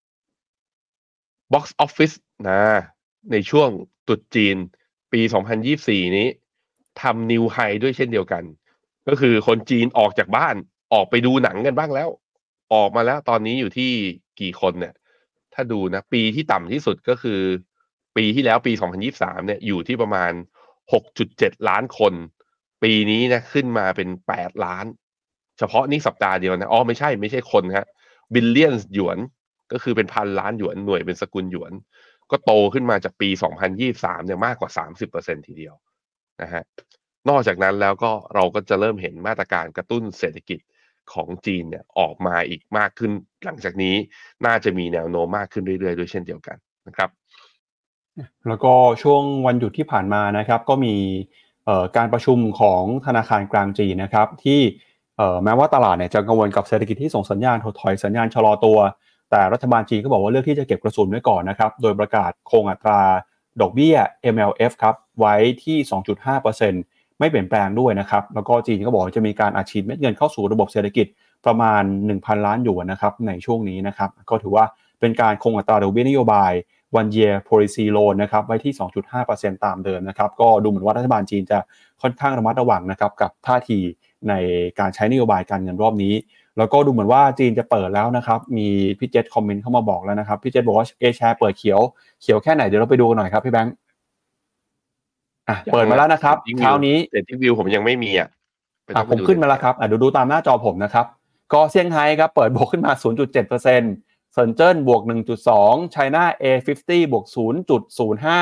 Box Office นะในช่วงตรุษจีนปี2024นี้ทำนิวไฮด้วยเช่นเดียวกันก็คือคนจีนออกจากบ้านออกไปดูหนังกันบ้างแล้วออกมาแล้วตอนนี้อยู่ที่กี่คนเนี่ยถ้าดูนะปีที่ต่ำที่สุดก็คือปีที่แล้วปี2023เนี่ยอยู่ที่ประมาณ 6.7 ล้านคนปีนี้นะขึ้นมาเป็น8ล้านเฉพาะนี่สัปดาห์เดียวนะไม่ใช่คนฮะ billions หยวนก็คือเป็นพันล้านหยวนหน่วยเป็นสกุลหยวนก็โตขึ้นมาจากปี2023เนี่ยมากกว่า 30% ทีเดียวนะฮะนอกจากนั้นแล้วก็เราก็จะเริ่มเห็นมาตรการกระตุ้นเศรษฐกิจของจีนเนี่ยออกมาอีกมากขึ้นหลังจากนี้น่าจะมีแนวโน้มมากขึ้นเรื่อยๆด้วยเช่นเดียวกันนะครับแล้วก็ช่วงวันหยุดที่ผ่านมานะครับก็มีการประชุมของธนาคารกลางจีนนะครับที่แม้ว่าตลาดเนี่ยจะกังวลกับเศรษฐกิจที่ส่งสัญญาณถดถอยสัญญาณชะลอตัวแต่รัฐบาลจีนก็บอกว่าเลือกที่จะเก็บกระสุนไว้ก่อนนะครับโดยประกาศคงอัตราดอกเบี้ย MLF ครับไว้ที่ 2.5% ไม่เปลี่ยนแปลงด้วยนะครับแล้วก็จีนก็บอกว่าจะมีการอัดฉีดเม็ดเงินเข้าสู่ระบบเศรษฐกิจประมาณ 1,000 ล้านหยวนนะครับในช่วงนี้นะครับก็ถือว่าเป็นการคงอัตราดอกเบี้ยนโยบาย one year policy loan นะครับไว้ที่ 2.5% ตามเดิมนะครับก็ดูเหมือนว่ารัฐบาลจีนจะค่อนข้างระมัดระวังนะครับกับท่าทีในการใช้นโยบายการเงินรอบนี้แล้วก็ดูเหมือนว่าจีนจะเปิดแล้วนะครับมีพี่เจษคอมเมนต์เข้ามาบอกแล้วนะครับพี่เจษบอกว่า A share เปิดเขียวแค่ไหนเดี๋ยวเราไปดูกันหน่อยครับพี่แบงค์ยัเปิดงอ่ะมาแล้วนะครับเช้านี้เซตติ้งวิวผมยังไม่มีไปต้องไปผมดูขึ้นมาแล้วครับดูตามหน้าจอผมนะครับก็เซี่ยงไฮ้ครับเปิดบวกขึ้นมา 0.7%เซินเจิ้นบวก 1.2 China A50 บวก 0.05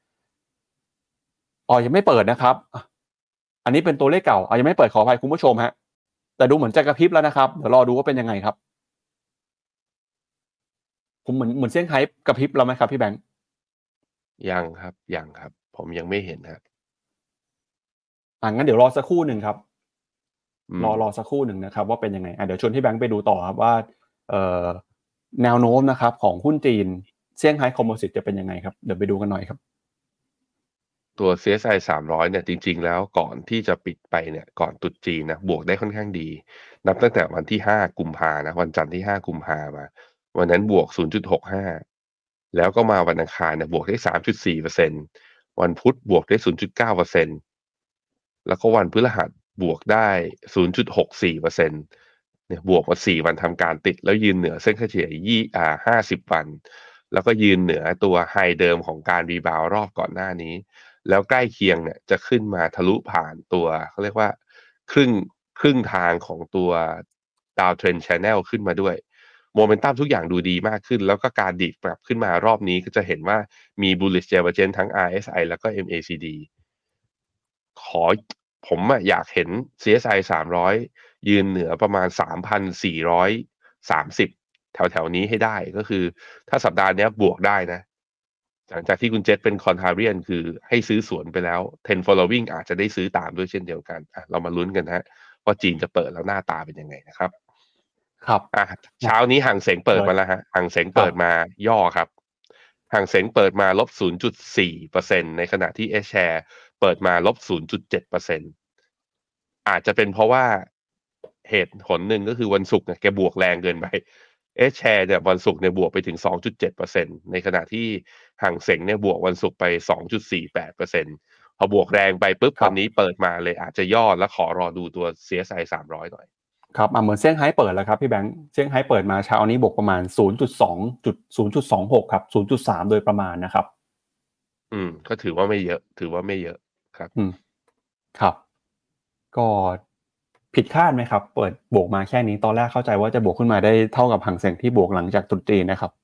ยังไม่เปิดนะครับอันนี้เป็นตัวเลขเก่ายังไม่เปิดขออภัยคุณผู้ชมฮะแต่ดูเหมือนจะกระพริบแล้วนะครับเดี๋ยวรอดูว่าเป็นยังไงครับผมเหมือนเซี่ยงไฮ้กระพริบแล้วไหมครับพี่แบงค์ยังครับผมยังไม่เห็นครับงั้นเดี๋ยวรอสักครู่หนึ่งครับรอสักครู่หนึ่งนะครับว่าเป็นยังไงเดี๋ยวชวนพี่แบงค์ไปดูต่อครับว่าแนวโน้มนะครับของหุ้นจีนเซี่ยงไฮ้คอมโพสิตจะเป็นยังไงครับเดี๋ยวไปดูกันหน่อยครับตัว CSI 300เนี่ยจริงๆแล้วก่อนที่จะปิดไปเนี่ยก่อนตรุษจีนนะบวกได้ค่อนข้างดีนับตั้งแต่วันที่5กุมภานะวันจันทร์ที่5กุมภามาวันนั้นบวก 0.65 แล้วก็มาวันอังคารเนี่ยบวกได้ 3.4% วันพุธบวกได้ 0.9% แล้วก็วันพฤหัสบวกได้ 0.64%เนี่ยบวกมา4วันทำการติดแล้วยืนเหนือเส้นค่าเฉลี่ย50วันแล้วก็ยืนเหนือตัวไฮเดิมของการรีบาวด์รอบก่อนหน้านี้แล้วใกล้เคียงเนี่ยจะขึ้นมาทะลุผ่านตัวเขาเรียกว่าครึ่งทางของตัว Downtrend Channel ขึ้นมาด้วยโมเมนตัมทุกอย่างดูดีมากขึ้นแล้วก็การดีดปรับขึ้นมารอบนี้ก็จะเห็นว่ามี bullish divergence ทั้ง RSI แล้วก็ MACD ขอผมอยากเห็น CSI 300ยืนเหนือประมาณ 3,430 แถวๆนี้ให้ได้ก็คือถ้าสัปดาห์นี้บวกได้นะหลังจากที่คุณเจษเป็นคอนทาเรียนคือให้ซื้อสวนไปแล้ว10 following อาจจะได้ซื้อตามด้วยเช่นเดียวกันเรามาลุ้นกันฮะว่าจีนจะเปิดแล้วหน้าตาเป็นยังไงนะครับครับเช้านี้ห่างเส็งเปิดมาแล้วฮะห่างเส็งเปิดมาย่อครับห่างเส็งเปิดมาลบ 0.4% ในขณะที่ H share เปิดมาลบ 0.7%อาจจะเป็นเพราะว่าเหตุผลหนึ่งก็คือวันศุกร์เนี่ยแกบวกแรงเกินไปH share เนี่ยวันศุกร์เนี่ยบวกไปถึง 2.7% ในขณะที่ห่างเส็งเนี่ยบวกวันศุกร์ไป 2.48%พอบวกแรงไปปุ๊บวันนี้เปิดมาเลยอาจจะย่อแล้วขอรอดูตัว CSI 300หน่อยครับเหมือนเซี่ยงไฮ้เปิดแล้วครับพี่แบงค์เซี่ยงไฮ้เปิดมาเช้านี้บวกประมาณ 0.2.0.26 ครับ 0.3 โดยประมาณนะครับก็ถือว่าไม่เยอะครับครับก็ผิดคาดไหมครับเปิดบวกมาแค่นี้ตอนแรกเข้าใจว่าจะบวกขึ้นมาได้เท่ากับหางเส็งที่บวกหลังจากตรุษจีนนะครับ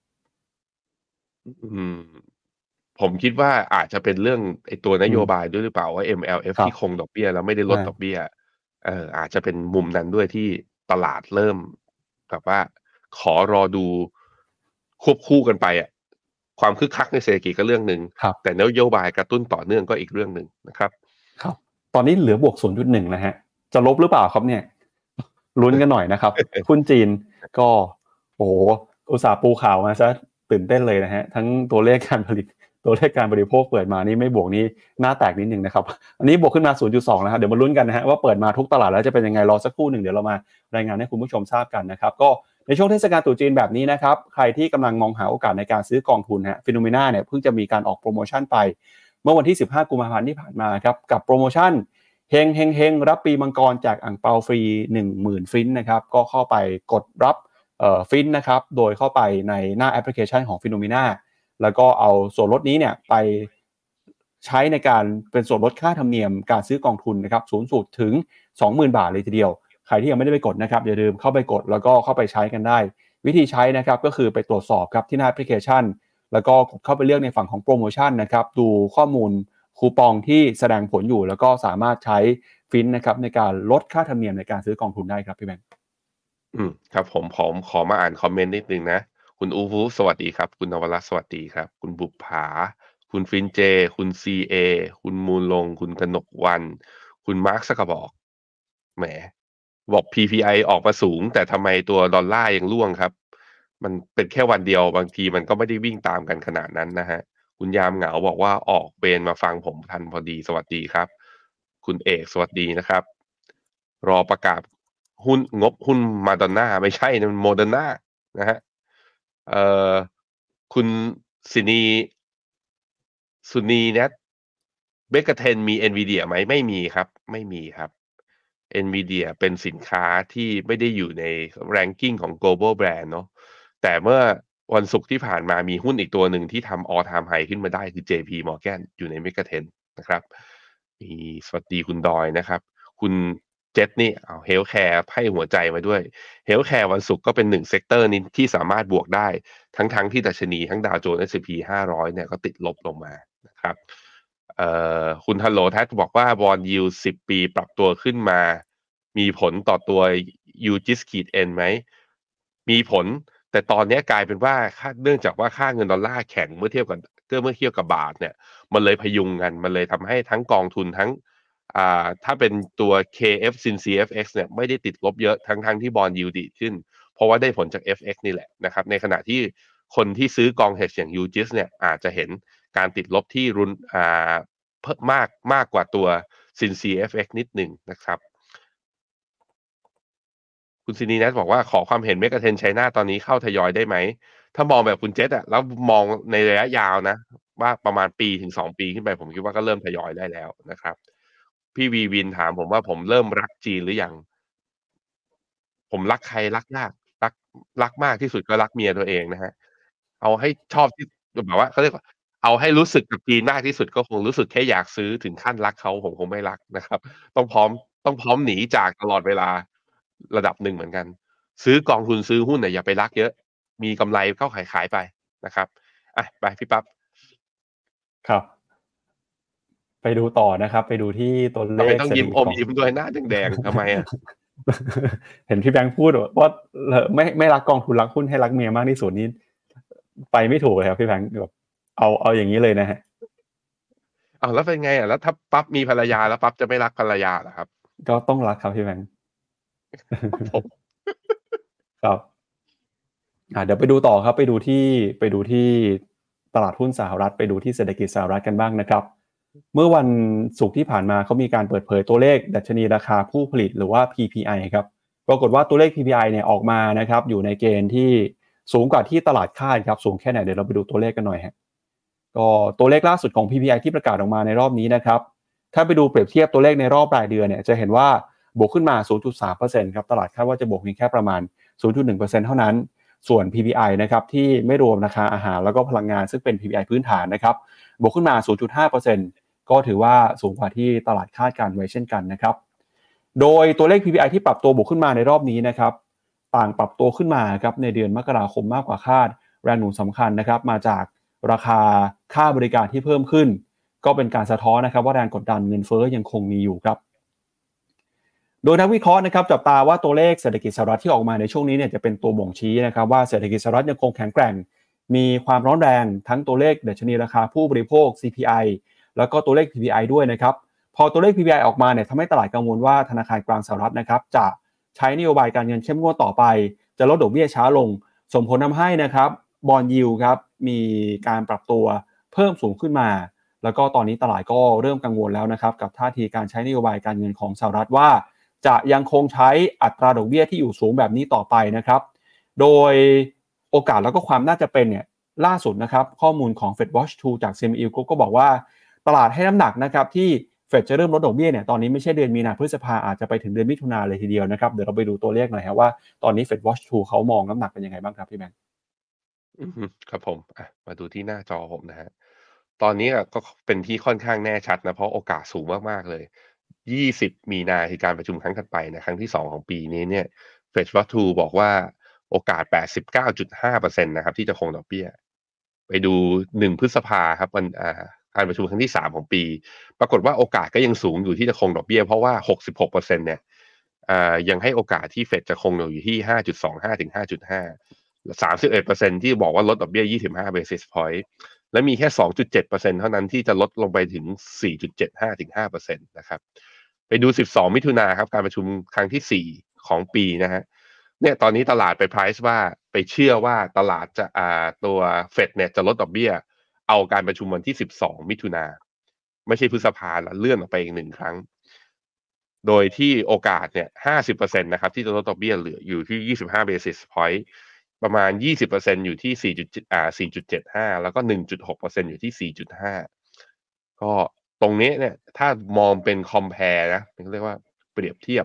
ผมคิดว่าอาจจะเป็นเรื่องไอ้ตัวนโยบายด้วยหรือเปล่าว่า MLF ที่คงดอกเบี้ยแล้วไม่ได้ลดดอกเบี้ยอาจจะเป็นมุมนั้นด้วยที่ตลาดเริ่มแบบว่าขอรอดูควบคู่กันไปความคึกคักในเศรษฐกิจก็เรื่องหนึ่งแต่นโยบายกระตุ้นต่อเนื่องก็อีกเรื่องหนึ่งนะครับครับตอนนี้เหลือบวก 0.1 นะฮะจะลบหรือเปล่าครับเนี่ยลุ้นกันหน่อยนะครับหุ้นจีนก็โอ้โหอุตสาห์ปูข่าวมาซะตื่นเต้นเลยนะฮะทั้งตัวเลขการผลิตตัวเลขการบริโภคเปิดมานี่ไม่บวกนี่หน้าแตกนิดนึงนะครับอันนี้บวกขึ้นมา 0.2 นะครับเดี๋ยวมาลุ้นกันนะฮะว่าเปิดมาทุกตลาดแล้วจะเป็นยังไงรอสักครู่หนึ่งเดี๋ยวเรามารายงานให้คุณผู้ชมทราบกันนะครับก็ในช่วงเทศกาลตรุษจีนแบบนี้นะครับใครที่กำลังมองหาโอกาสในการซื้อกองทุนฮะฟิโนเมนาเนี่ยเพิ่งจะมีการออกโปรโมชั่นไปเมื่อวันที่15กุมภาพันธ์ที่ผ่านมาครับกับโปรโมชั่นเฮงรับปีมังกรจากอั่งเปาฟรี 10,000 ฟินนะครับก็เข้าไปกดรับฟินนะครับโดยเข้าไปในหน้าแอปพลิเคชันของฟิโนเมนาแล้วก็เอาส่วนลดนี้เนี่ยไปใช้ในการเป็นส่วนลดค่าธรรมเนียมการซื้อกองทุนนะครับสูงสุดถึง 20,000 บาทเลยทีเดียวใครที่ยังไม่ได้ไปกดนะครับอย่าลืมเข้าไปกดแล้วก็เข้าไปใช้กันได้วิธีใช้นะครับก็คือไปตรวจสอบครับที่หน้าแอปพลิเคชันแล้วก็เข้าไปเลือกในฝั่งของโปรโมชั่นนะครับดูข้อมูลคูปองที่แสดงผลอยู่แล้วก็สามารถใช้ฟินนะครับในการลดค่าธรรมเนียมในการซื้อกองทุนได้ครับพี่แบงค์ครับผมขอมาอ่านคอมเมนต์นิดนึงนะคุณอูฟูสวัสดีครับคุณนวรัตน์สวัสดีครับคุณบุปผาคุณฟินเจคุณซีเอคุณมูลลงคุณกนกวันคุณมาร์คซักกะบอกแหมบอก PPI ออกมาสูงแต่ทำไมตัวดอลลาร์ยังร่วงครับมันเป็นแค่วันเดียวบางทีมันก็ไม่ได้วิ่งตามกันขนาดนั้นนะฮะคุณยามเหงาบอกว่าออกเวรมาฟังผมทันพอดีสวัสดีครับคุณเอกสวัสดีนะครับรอประกาศหุ้นมาดอนน่าไม่ใช่นะมันโมเดอร์นานะฮะเอ่อคุณสินีสุนีเนทเบกเทนมี NVIDIA ไหมไม่มีครับไม่มีครับ NVIDIA เป็นสินค้าที่ไม่ได้อยู่ใน ranking ของ global brand เนาะแต่เมื่อวันศุกร์ที่ผ่านมามีหุ้นอีกตัวหนึ่งที่ทำ all time high ขึ้นมาได้คือ JP Morgan อยู่ใน Mega Trend นะครับมีสวัสดีคุณดอยนะครับคุณเจษนี่เอา Healthcare ให้หัวใจมาด้วย Healthcare วันศุกร์ก็เป็นหนึ่งเซกเตอร์นี้ที่สามารถบวกได้ทั้งที่ดัชนีทั้งดาวโจนส์ S&P 500เนี่ยก็ติดลบลงมานะครับคุณฮัลโหลแท็บอกว่าบอนด์ยิลด์10 ปีปรับตัวขึ้นมามีผลต่อตัว UGIS-N ไหมมีผลแต่ตอนนี้กลายเป็นว่าเนื่องจากว่าค่าเงินดอลลาร์แข็งเมื่อเทียบกับบาทเนี่ยมันเลยพยุงกันมันเลยทำให้ทั้งกองทุนทั้งถ้าเป็นตัว KF Sin CFX เนี่ยไม่ได้ติดลบเยอะทั้งที่บอนด์ยิลด์ดีขึ้นเพราะว่าได้ผลจาก FX นี่แหละนะครับในขณะที่คนที่ซื้อกอง hedge อย่าง UGIS เนี่ยอาจจะเห็นการติดลบที่รุนเพิ่มมากกว่าตัว Sin CFX นิดหนึ่งนะครับคุณซินีนัทบอกว่าขอความเห็นเมกะเทรนด์ไชน่าตอนนี้เข้าทยอยได้ไหมถ้ามองแบบคุณเจษแล้วมองในระยะยาวนะว่าประมาณปีถึง2 ปีขึ้นไปผมคิดว่าก็เริ่มทยอยได้แล้วนะครับพี่วีวินถามผมว่าผมเริ่มรักจีนหรือยังผมรักใครรักยากรักมากที่สุดก็รักเมียตัวเองนะฮะเอาให้ชอบที่แบบว่าเขาเรียกว่าเอาให้รู้สึกกับจีนมากที่สุดก็คงรู้สึกแค่อยากซื้อถึงขั้นรักเขาผมคงไม่รักนะครับต้องพร้อมหนีจากตลอดเวลาระดับหนึ่งเหมือนกันซื้อกองทุนซื้อหุ้นน่ะอย่าไปรักเยอะมีกำไรก็ขายไปนะครับไปพี่ปั๊บครับไปดูต่อนะครับไปดูที่ตัวเลทำไมขต้องเศรษฐกิจของยิ้มด้วยหน้าแดงๆทำไมอะเห็นพี่แบงค์พูดว่าไม่รักกองทุนรักหุ้นให้รักเมียมากที่สุดนี้ไปไม่ถูกเลยครับพี่แบงค์แบบเอาอย่างนี้เลยนะฮะอ้าวแล้วเป็นไงอะแล้วถ้าปั๊บมีภรรยาแล้วปั๊บจะไม่รักภรรยาเหรอครับก็ต้องรักครับพี่แบงค์ครับผมครับเดี๋ยวไปดูต่อครับไปดูที่ตลาดหุ้นสหรัฐไปดูที่เศรษฐกิจสหรัฐกันบ้างนะครับเมื่อวันศุกร์ที่ผ่านมาเขามีการเปิดเผยตัวเลขดัชนีราคาผู้ผลิตหรือว่า PPI ครับปรากฏว่าตัวเลข PPI เนี่ยออกมานะครับอยู่ในเกณฑ์ที่สูงกว่าที่ตลาดคาดครับสูงแค่ไหนเดี๋ยวเราไปดูตัวเลขกันหน่อยฮะก็ตัวเลขล่าสุดของ PPI ที่ประกาศออกมาในรอบนี้นะครับถ้าไปดูเปรียบเทียบตัวเลขในรอบรายเดือนเนี่ยจะเห็นว่าบวกขึ้นมา 0.3% ครับตลาดคาดว่าจะบวกเพียงแค่ประมาณ 0.1% เท่านั้นส่วน PPI นะครับที่ไม่รวมราคาอาหารแล้วก็พลังงานซึ่งเป็น PPI พื้นฐานนะครับบวกขึ้นมา 0.5% ก็ถือว่าสูงกว่าที่ตลาดคาดการไว้เช่นกันนะครับโดยตัวเลข PPI ที่ปรับตัวบวกขึ้นมาในรอบนี้นะครับต่างปรับตัวขึ้นมาครับในเดือนมกราคมมากกว่าคาดแรงหนุนสำคัญนะครับมาจากราคาค่าบริการที่เพิ่มขึ้นก็เป็นการสะท้อนนะครับว่าแรงกดดันเงินเฟ้อยังคงมีอยู่ครับโดยนักวิเคราะห์นะครับจับตาว่าตัวเลขเศรษฐกิจสหรัฐที่ออกมาในช่วงนี้เนี่ยจะเป็นตัวบ่งชี้นะครับว่าเศรษฐกิจสหรัฐยังคงแข็งแกร่งมีความร้อนแรงทั้งตัวเลขดัชนีราคาผู้บริโภค CPI แล้วก็ตัวเลข PPI ด้วยนะครับพอตัวเลข PPI ออกมาเนี่ยทำให้ตลาดกังวลว่าธนาคารกลางสหรัฐนะครับจะใช้นโยบายการเงินเข้มงวดต่อไปจะลดดอกเบี้ยช้าลงส่งผลทำให้นะครับบอนด์ยิลด์ครับมีการปรับตัวเพิ่มสูงขึ้นมาแล้วก็ตอนนี้ตลาดก็เริ่มกังวลแล้วนะครับกับท่าทีการใช้นโยบายการเงินของสหรัฐว่าจะยังคงใช้อัตราดอกเบี้ยที่อยู่สูงแบบนี้ต่อไปนะครับโดยโอกาสแล้วก็ความน่าจะเป็นเนี่ยล่าสุดนะครับข้อมูลของ Fed Watch 2 จาก CME Group ก็บอกว่าตลาดให้น้ำหนักนะครับที่เฟดจะเริ่มลดดอกเบี้ยเนี่ยตอนนี้ไม่ใช่เดือนมีนาพฤษภาอาจจะไปถึงเดือนมิถุนาเลยทีเดียวนะครับเดี๋ยวเราไปดูตัวเลขหน่อยครับว่าตอนนี้ Fed Watch 2เขามองน้ำหนักเป็นยังไงบ้างครับพี่แบงค์ครับผมมาดูที่หน้าจอผมนะฮะตอนนี้ก็เป็นที่ค่อนข้างแน่ชัดนะเพราะโอกาสสูงมากๆเลย20มีนาคือการประชุมครั้งถัดไปนะครั้งที่2ของปีนี้เนี่ย Fed Watch 2บอกว่าโอกาส 89.5% นะครับที่จะคงดอกเบี้ยไปดู1พฤษภาครับวันการประชุมครั้งที่3ของปีปรากฏว่าโอกาสก็ยังสูงอยู่ที่จะคงดอกเบี้ยเพราะว่า66%เนี่ยยังให้โอกาสที่เฟดจะคงอยู่ที่ 5.25 ถึง 5.5 31%ที่บอกว่าลดดอกเบี้ย25 basis point และมีแค่ 2.7% เท่านั้นที่จะลดลงไปถึง 4.75 ถึง 5% นะครับไปดู12มิถุนายนครับการประชุมครั้งที่4ของปีนะฮะเนี่ยตอนนี้ตลาดไป price ว่าไปเชื่อว่าตลาดจะตัวเฟดเนี่ยจะลดดอกเบี้ยเอาการประชุมวันที่12มิถุนายนไม่ใช่พฤษภาละเลื่อนออกไปอีก1ครั้งโดยที่โอกาสเนี่ย 50% นะครับที่จะลดดอกเบี้ยเหลืออยู่ที่25 basis point ประมาณ 20% อยู่ที่4.75แล้วก็ 1.6% อยู่ที่4.5ก็ตรงนี้เนี่ยถ้ามองเป็น compare นะเรียกว่าเปปรียบเทียบ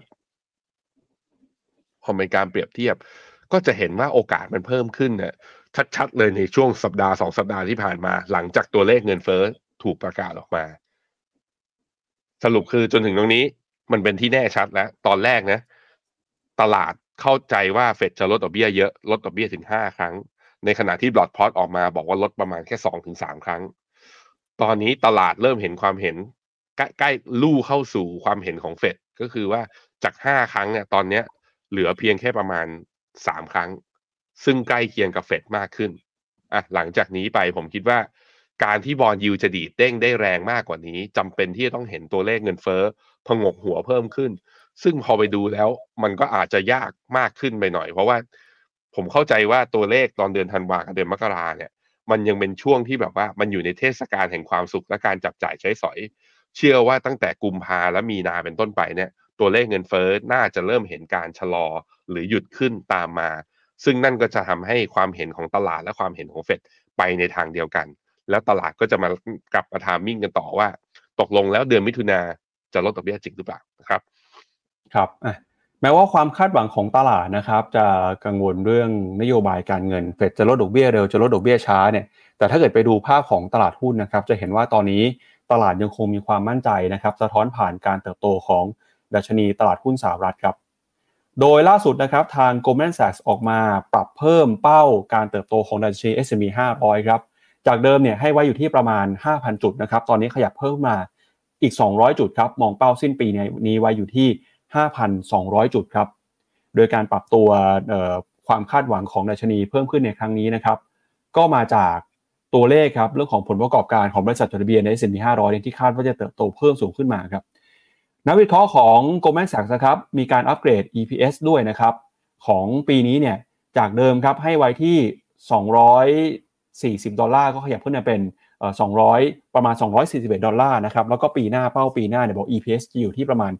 ก็จะเห็นว่าโอกาสมันเพิ่มขึ้นเนี่ยชัดๆเลยในช่วงสัปดาห์2 สัปดาห์ที่ผ่านมาหลังจากตัวเลขเงินเฟ้อถูกประกาศออกมาสรุปคือจนถึงตรงนี้มันเป็นที่แน่ชัดแล้วตอนแรกนะตลาดเข้าใจว่าเฟดจะลดดอกเบี้ยเยอะลดดอกเบี้ยถึง5 ครั้งในขณะที่บลอตพอตออกมาบอกว่าลดประมาณแค่2 ถึง 3 ครั้งตอนนี้ตลาดเริ่มเห็นความเห็นใกล้ลู่เข้าสู่ความเห็นของเฟดก็คือว่าจาก5 ครั้งเนี่ยตอนเนี้ยเหลือเพียงแค่ประมาณ3 ครั้งซึ่งใกล้เคียงกับเฟดมากขึ้นหลังจากนี้ไปผมคิดว่าการที่บอนด์ยิลด์จะดีดเด้งได้แรงมากกว่านี้จำเป็นที่จะต้องเห็นตัวเลขเงินเฟ้อผงกหัวเพิ่มขึ้นซึ่งพอไปดูแล้วมันก็อาจจะยากมากขึ้นไปหน่อยเพราะว่าผมเข้าใจว่าตัวเลขตอนเดือนธันวากับเดือนมกราเนี่ยมันยังเป็นช่วงที่แบบว่ามันอยู่ในเทศกาลแห่งความสุขและการจับจ่ายใช้สอยเชื่อว่าตั้งแต่กุมภาและมีนาเป็นต้นไปเนี่ยตัวเลขเงินเฟ้อน่าจะเริ่มเห็นการชะลอหรือหยุดขึ้นตามมาซึ่งนั่นก็จะทำให้ความเห็นของตลาดและความเห็นของเฟดไปในทางเดียวกันแล้วตลาดก็จะมากลับมาไทมิ่งกันต่อว่าตกลงแล้วเดือนมิถุนาจะลดดอกเบี้ยจริงหรือเปล่านะครับครับแม้ว่าความคาดหวังของตลาดนะครับจะกังวลเรื่องนโยบายการเงินเฟดจะลดดอกเบี้ยเร็วจะลดดอกเบี้ยช้าเนี่ยแต่ถ้าเกิดไปดูภาพของตลาดหุ้นนะครับจะเห็นว่าตอนนี้ตลาดยังคงมีความมั่นใจนะครับสะท้อนผ่านการเติบโตของดัชนีตลาดหุ้นสหรัฐครับโดยล่าสุดนะครับทาง Goldman Sachs ออกมาปรับเพิ่มเป้าการเติบโตของดัชนี S&P 500ครับจากเดิมเนี่ยให้ไว้อยู่ที่ประมาณ 5,000 จุดนะครับตอนนี้ขยับเพิ่มมาอีก200จุดครับมองเป้าสิ้นปีนี้ไว้อยู่ที่ 5,200 จุดครับโดยการปรับตัวความคาดหวังของดัชนีเพิ่มขึ้นในครั้งนี้นะครับก็มาจากตัวเลขครับเรื่องของผลประกอบการของบริษัทจดทะเบียนใน S&P 500ที่คาดว่าจะเติบโตเพิ่มสูงขึ้นมาครับนักวิเคราะห์ของ Goldman Sachs นะครับมีการอัปเกรด EPS ด้วยนะครับของปีนี้เนี่ยจากเดิมครับให้ไว้ที่$240ก็ขยับขึ้นมาเป็น200ประมาณ$241นะครับแล้วก็ปีหน้าเป้าปีหน้าเนี่ยบอก EPS จะอยู่ที่ประมาณ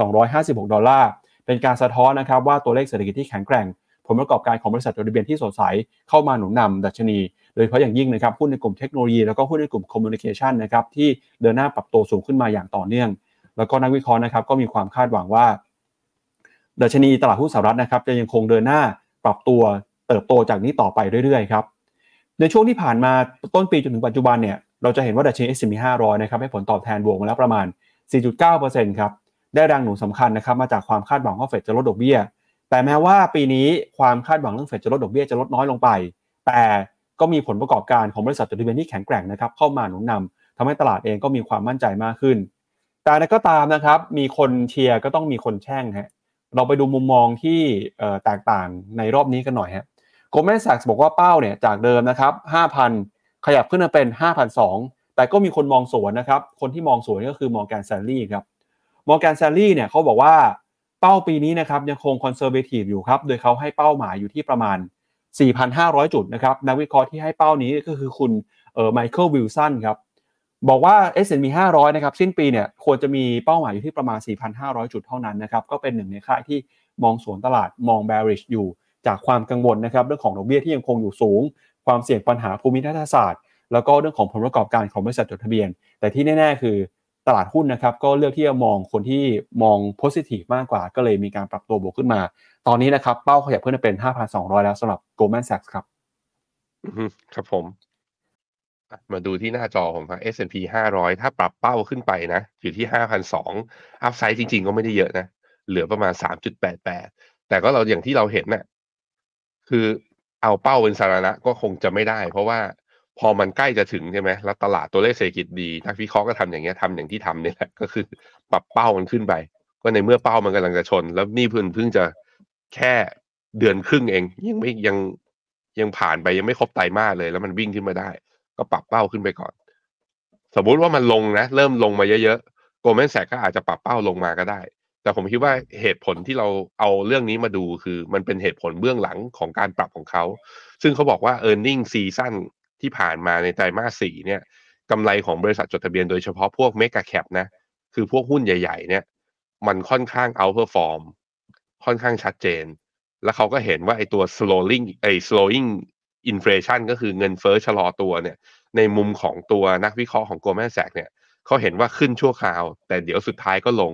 $256เป็นการสะท้อนนะครับว่าตัวเลขเศรษฐกิจที่แข็งแกร่งผลประกอบการของบริษัทจดทะเบียนที่สดใสเข้ามาหนุนนำดัชนีโดยเฉพาะอย่างยิ่งนะครับหุ้นในกลุ่มเทคโนโลยีแล้วก็หุ้นในกลุ่มคอมมิวนิเคชันนะครับที่เดินหน้าปรับตัวสูงขึ้นมาอย่างต่อเนื่องแล้วก็นักวิเคราะห์นะครับก็มีความคาดหวังว่าดัชนีตลาดหุ้นสหรัฐนะครับจะยังคงเดินหน้าปรับตัวเติบโตจากนี้ต่อไปเรื่อยๆครับในช่วงที่ผ่านมาต้นปีจนถึงปัจจุบันเนี่ยเราจะเห็นว่าดัชนี S&P 500นะครับให้ผลตอบแทนบวกมาแล้วประมาณ 4.9% ครับได้แรงหนุนสำคัญนะครับมาจากความคาดหวังว่าเฟดจะลดดอกเบี้ยแต่แม้ว่าปีนี้ความคาดหวังเรื่องเฟดจะลดดอกเบี้ยจะลดน้อยลงไปแต่ก็มีผลประกอบการของบริษัทจดทะเบียนที่แข็งแกร่งนะครับเข้ามาหนุนนำทำให้ตลาดเองก็มีความมั่นใจมากขึ้นแต่ก็ตามนะครับมีคนเชียร์ก็ต้องมีคนแช่งฮะเราไปดูมุมมองที่แตกต่างในรอบนี้กันหน่อยฮะ Goldman Sachs บอกว่าเป้าเนี่ยจากเดิมนะครับ 5,000 ขยับขึ้นมาเป็น 5,200 แต่ก็มีคนมองสวนนะครับคนที่มองสวนก็คือ Morgan Stanley ครับ Morgan Stanley เนี่ยเขาบอกว่าเป้าปีนี้นะครับยังคงคอนเซอร์เวทีฟอยู่ครับโดยเขาให้เป้าหมายอยู่ที่ประมาณ 4,500 จุดนะครับนักวิเคราะห์ที่ให้เป้านี้ก็คือคุณไมเคิลวิลสันครับบอกว่า S&P 500นะครับสิ้นปีเนี่ยควรจะมีเป้าหมายอยู่ที่ประมาณ 4,500 จุดเท่านั้นนะครับก็เป็นหนึ่งในค่ายที่มองสวนตลาดมอง bearish อยู่จากความกังวลนะครับเรื่องของดอกเบี้ยที่ยังคงอยู่สูงความเสี่ยงปัญหาภูมิทัศนศาสตร์แล้วก็เรื่องของผลประกอบการของบริษัทจดทะเบียนแต่ที่แน่ๆคือตลาดหุ้นนะครับก็เลือกที่จะมองคนที่มอง positive มากกว่าก็เลยมีการปรับตัวบวกขึ้นมาตอนนี้นะครับเป้าขยับขึ้นเป็น 5,200 แล้วสำหรับ Goldman Sachs ครับครับผมมาดูที่หน้าจอผมครับ S&P 500ถ้าปรับเป้าขึ้นไปนะอยู่ที่ 5,200 อัพไซด์จริงๆก็ไม่ได้เยอะนะเหลือประมาณ 3.88 แต่ก็เราอย่างที่เราเห็นน่ะคือเอาเป้าเป็นสาระก็คงจะไม่ได้เพราะว่าพอมันใกล้จะถึงใช่ไหมแล้วตลาดตัวเลขเศรษฐกิจดีนักวิเคราะห์ก็ทำอย่างเงี้ยทำอย่างที่ทำนี่แหละก็คือปรับเป้ามันขึ้นไปก็ในเมื่อเป้ามันกำลังจะชนแล้วนี่เพิ่งจะแค่เดือนครึ่งเองยังผ่านไปยังไม่ครบไตรมาสเลยแล้วมันวิ่งขึ้นมาได้ก็ปรับเป้าขึ้นไปก่อนสมมุติว่ามันลงนะเริ่มลงมาเยอะๆ Goldman Sachs ก็อาจจะปรับเป้าลงมาก็ได้แต่ผมคิดว่าเหตุผลที่เราเอาเรื่องนี้มาดูคือมันเป็นเหตุผลเบื้องหลังของการปรับของเขาซึ่งเขาบอกว่า earning season ที่ผ่านมาในไตรมาส 4เนี่ยกำไรของบริษัทจดทะเบียนโดยเฉพาะพวก mega cap นะคือพวกหุ้นใหญ่ๆเนี่ยมันค่อนข้าง outperform ค่อนข้างชัดเจนแล้วเขาก็เห็นว่าไอ้ตัว slowing inflation ก็คือเงินเฟ้อชะลอตัวเนี่ยในมุมของตัวนักวิเคราะห์ของ Goldman Sachs เนี่ยเขาเห็นว่าขึ้นชั่วคราวแต่เดี๋ยวสุดท้ายก็ลง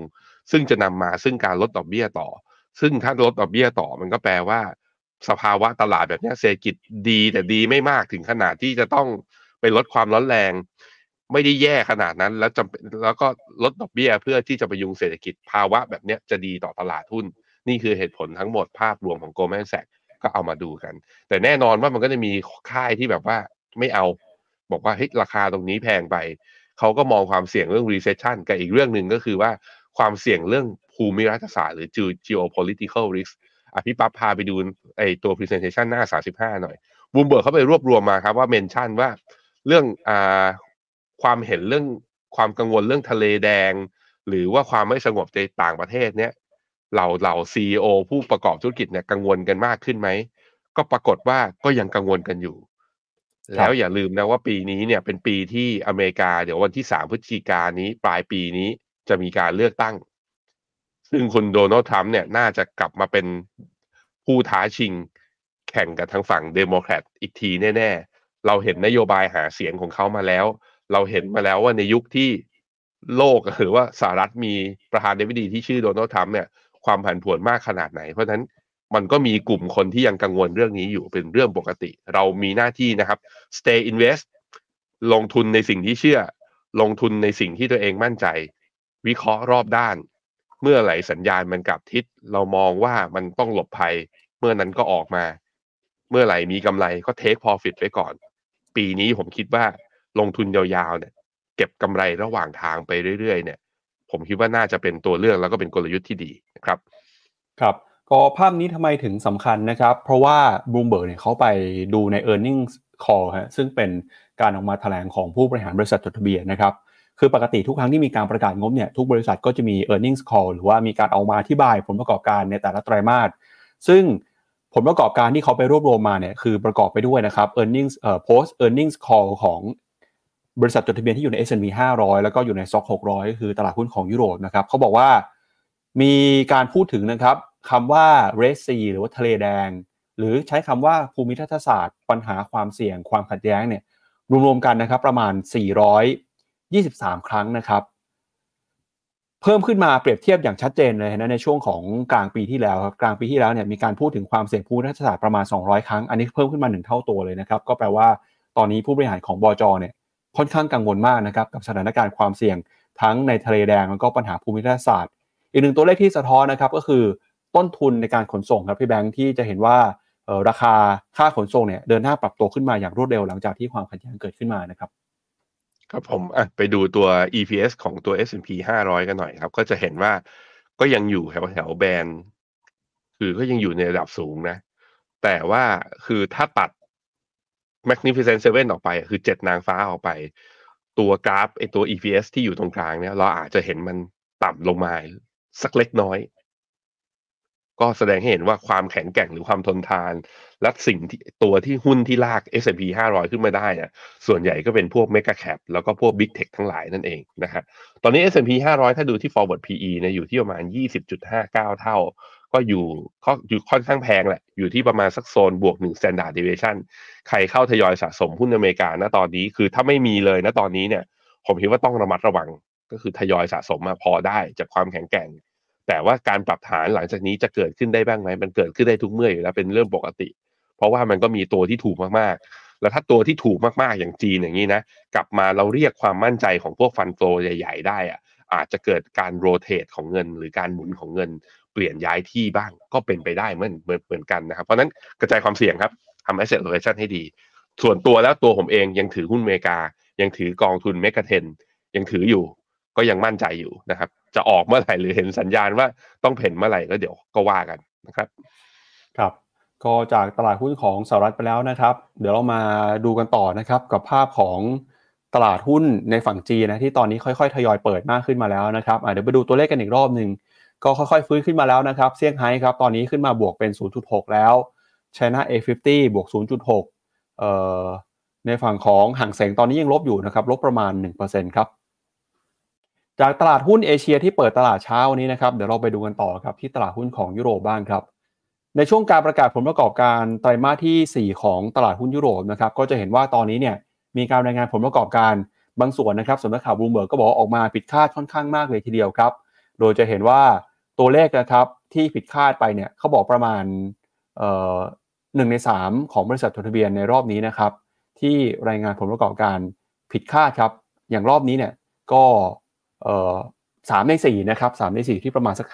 ซึ่งจะนำมาซึ่งการลดดอกเบี้ยต่อซึ่งถ้าลดดอกเบี้ยต่อมันก็แปลว่าสภาวะตลาดแบบนี้เศรษฐกิจดีแต่ดีไม่มากถึงขนาดที่จะต้องไปลดความร้อนแรงไม่ได้แย่ขนาดนั้นแล้วก็ลดดอกเบี้ยเพื่อที่จะพยุงเศรษฐกิจภาวะแบบนี้จะดีต่อตลาดหุ้นนี่คือเหตุผลทั้งหมดภาพรวมของ Goldman Sachs ก็เอามาดูกันแต่แน่นอนว่ามันก็จะมีค่ายที่แบบว่าไม่เอาบอกว่าเฮ้ยราคาตรงนี้แพงไปเขาก็มองความเสี่ยงเรื่อง recession กับอีกเรื่องหนึ่งก็คือว่าความเสี่ยงเรื่องภูมิรัฐศาสตร์หรือ geopolitical risk พี่ปั๊บพาไปดูไอตัว presentation หน้า35หน่อยบูมเบิร์กเขาไปรวบรวมมาครับว่าเมนชั่นว่าเรื่องความเห็นเรื่องความกังวลเรื่องทะเลแดงหรือว่าความไม่สงบในต่างประเทศเนี้ยเรา CEO ผู้ประกอบธุรกิจเนี่ยกังวลกันมากขึ้นไหมก็ปรากฏว่าก็ยังกังวลกันอยู่แล้วอย่าลืมนะว่าปีนี้เนี่ยเป็นปีที่อเมริกาเดี๋ยววันที่3 พฤศจิกายนนี้ปลายปีนี้จะมีการเลือกตั้งซึ่งคุณโดนัลด์ทรัมป์เนี่ยน่าจะกลับมาเป็นผู้ท้าชิงแข่งกับทางฝั่งเดโมแครตอีกทีแน่ๆเราเห็นนโยบายหาเสียงของเขามาแล้วเราเห็นมาแล้วว่าในยุคที่โลกหรือว่าสหรัฐมีประธานาธิบดีที่ชื่อโดนัลด์ทรัมป์เนี่ยความผันผวนมากขนาดไหนเพราะฉะนั้นมันก็มีกลุ่มคนที่ยังกังวลเรื่องนี้อยู่เป็นเรื่องปกติเรามีหน้าที่นะครับ stay invest ลงทุนในสิ่งที่เชื่อลงทุนในสิ่งที่ตัวเองมั่นใจวิเคราะห์รอบด้านเมื่อไหร่สัญญาณมันกลับทิศเรามองว่ามันต้องหลบภัยเมื่อนั้นก็ออกมาเมื่อไหร่มีกำไรก็ take profit ไว้ก่อนปีนี้ผมคิดว่าลงทุนยาวๆเนี่ยเก็บกำไรระหว่างทางไปเรื่อยๆเนี่ยผมคิดว่าน่าจะเป็นตัวเลือกแล้วก็เป็นกลยุทธ์ที่ดีนะครับครับก็ภาพนี้ทำไมถึงสำคัญนะครับเพราะว่า Bloomberg เนี่ยเขาไปดูใน earnings call ฮะซึ่งเป็นการออกมาแถลงของผู้บริหารบริษัทจดทะเบียนนะครับคือปกติทุกครั้งที่มีการประกาศงบเนี่ยทุกบริษัทก็จะมี earnings call หรือว่ามีการเอามาอธิบายผลประกอบการในแต่ละไตรมาสซึ่งผลประกอบการที่เขาไปรวบรวมมาเนี่ยคือประกอบไปด้วยนะครับ earnings post earnings call ของบริษัทจดทะเบียนที่อยู่ใน S&P 500แล้วก็อยู่ใน SOX 600ก็คือตลาดหุ้นของยุโรปนะครับเขาบอกว่ามีการพูดถึงนะครับคำว่า Red Sea หรือว่าทะเลแดงหรือใช้คำว่าภูมิรัฐศาสตร์ปัญหาความเสี่ยงความขัดแย้งเนี่ยรวมๆกันนะครับประมาณ423ครั้งนะครับเพิ่มขึ้นมาเปรียบเทียบอย่างชัดเจนเลยนะในช่วงของกลางปีที่แล้วครับกลางปีที่แล้วเนี่ยมีการพูดถึงความเสี่ยงภูมิรัฐศาสตร์ประมาณ200ครั้งอันนี้เพิ่มขึ้นมา1เท่าตัวเลยนะครับก็แปลว่าตอนนี้ผู้บริหารของบจ.เนี่ยค่อนข้างกังวลมากนะครับกับสถานการณ์ความเสี่ยงทั้งในทะเลแดงแล้วก็ปัญหาภูมิรัฐศาสตร์อีกหนึ่งตัวเลขที่สะท้อนนะครับก็คือต้นทุนในการขนส่งครับพี่แบงค์ที่จะเห็นว่าราคาค่าขนส่งเนี่ยเดินหน้าปรับตัวขึ้นมาอย่างรวดเร็วหลังจากที่ความขัดแย้งเกิดขึ้นมานะครับครับผมไปดูตัว EPS ของตัว S&P 500กันหน่อยครับก็จะเห็นว่าก็ยังอยู่แถวแบนคือก็ยังอยู่ในระดับสูงนะแต่ว่าคือถ้าตัด Magnificent Seven ออกไปคือ7นางฟ้าออกไปตัวกราฟตัว EPS ที่อยู่ตรงกลางเนี่ยเราอาจจะเห็นมันต่ำลงมาสักเล็กน้อยก็แสดงให้เห็นว่าความแข็งแกร่งหรือความทนทานและสิ่งที่ตัวที่หุ้นที่ลาก S&P 500ขึ้นมาได้อะส่วนใหญ่ก็เป็นพวก Mega Cap แล้วก็พวก Big Tech ทั้งหลายนั่นเองนะครับตอนนี้ S&P 500ถ้าดูที่ forward PE เนี่ยอยู่ที่ประมาณ 20.59 เท่าก็อยู่ค่อนข้างแพงแหละอยู่ที่ประมาณสักโซนบวก1 standard deviation ใครเข้าทยอยสะสมหุ้นอเมริกาณตอนนี้คือถ้าไม่มีเลยณตอนนี้เนี่ยผมคิดว่าต้องระมัดระวังก็คือทยอยสะสมมาพอได้จากความแข็งแกร่งแต่ว่าการปรับฐานหลังจากนี้จะเกิดขึ้นได้บ้างไหมมันเกิดขึ้นได้ทุกเมื่ออยู่แล้วเป็นเรื่องปกติเพราะว่ามันก็มีตัวที่ถูกมากๆแล้วถ้าตัวที่ถูกมากๆอย่างจีนอย่างนี้นะกลับมาเราเรียกความมั่นใจของพวกฟันโฟใหญ่ๆได้อะอาจจะเกิดการโรเตทของเงินหรือการหมุนของเงินเปลี่ยนย้ายที่บ้างก็เป็นไปได้เหมือนกันนะครับเพราะนั้นกระจายความเสี่ยงครับทำ asset allocation ให้ดีส่วนตัวแล้วตัวผมเองยังถือหุ้นอเมริกายังถือกองทุนเมกะเทนยังถืออยู่ก็ยังมั่นใจอยู่นะครับจะออกเมื่อไหร่หรือเห็นสัญญาณว่าต้องเพ่นเมื่อไหร่ก็เดี๋ยวก็ว่ากันนะครับครับก็จากตลาดหุ้นของสหรัฐไปแล้วนะครับเดี๋ยวเรามาดูกันต่อนะครับกับภาพของตลาดหุ้นในฝั่งจีนนะที่ตอนนี้ค่อยๆทยอยเปิดมากขึ้นมาแล้วนะครับเดี๋ยวไปดูตัวเลขกันอีกรอบหนึ่งก็ค่อยๆฟื้นขึ้นมาแล้วนะครับเซี่ยงไฮ้ครับตอนนี้ขึ้นมาบวกเป็น 0.6 แล้ว China A50 บวก 0.6ในฝั่งของหางเส็งตอนนี้ยังลบอยู่นะครับลบประมาณ 1% ครับจากตลาดหุ้นเอเชียที่เปิดตลาดเช้าวันนี้นะครับเดี๋ยวเราไปดูกันต่อครับที่ตลาดหุ้นของยุโรปบ้างครับในช่วงการประกาศผลประกอบการไตรมาสที่4ของตลาดหุ้นยุโรปนะครับก็จะเห็นว่าตอนนี้เนี่ยมีการรายงานผลประกอบการบางส่วนนะครับสำนักข่าวบลูมเบิร์กก็บอกออกมาผิดคาดค่อนข้างมากเลยทีเดียวครับโดยจะเห็นว่าตัวเลขนะครับที่ผิดคาดไปเนี่ยเขาบอกประมาณ1 ใน 3ของบริษัทจดทะเบียนในรอบนี้นะครับที่รายงานผลประกอบการผิดคาดครับอย่างรอบนี้เนี่ยก็3 ใน 4นะครับ3 ใน 4ที่ประมาณสัก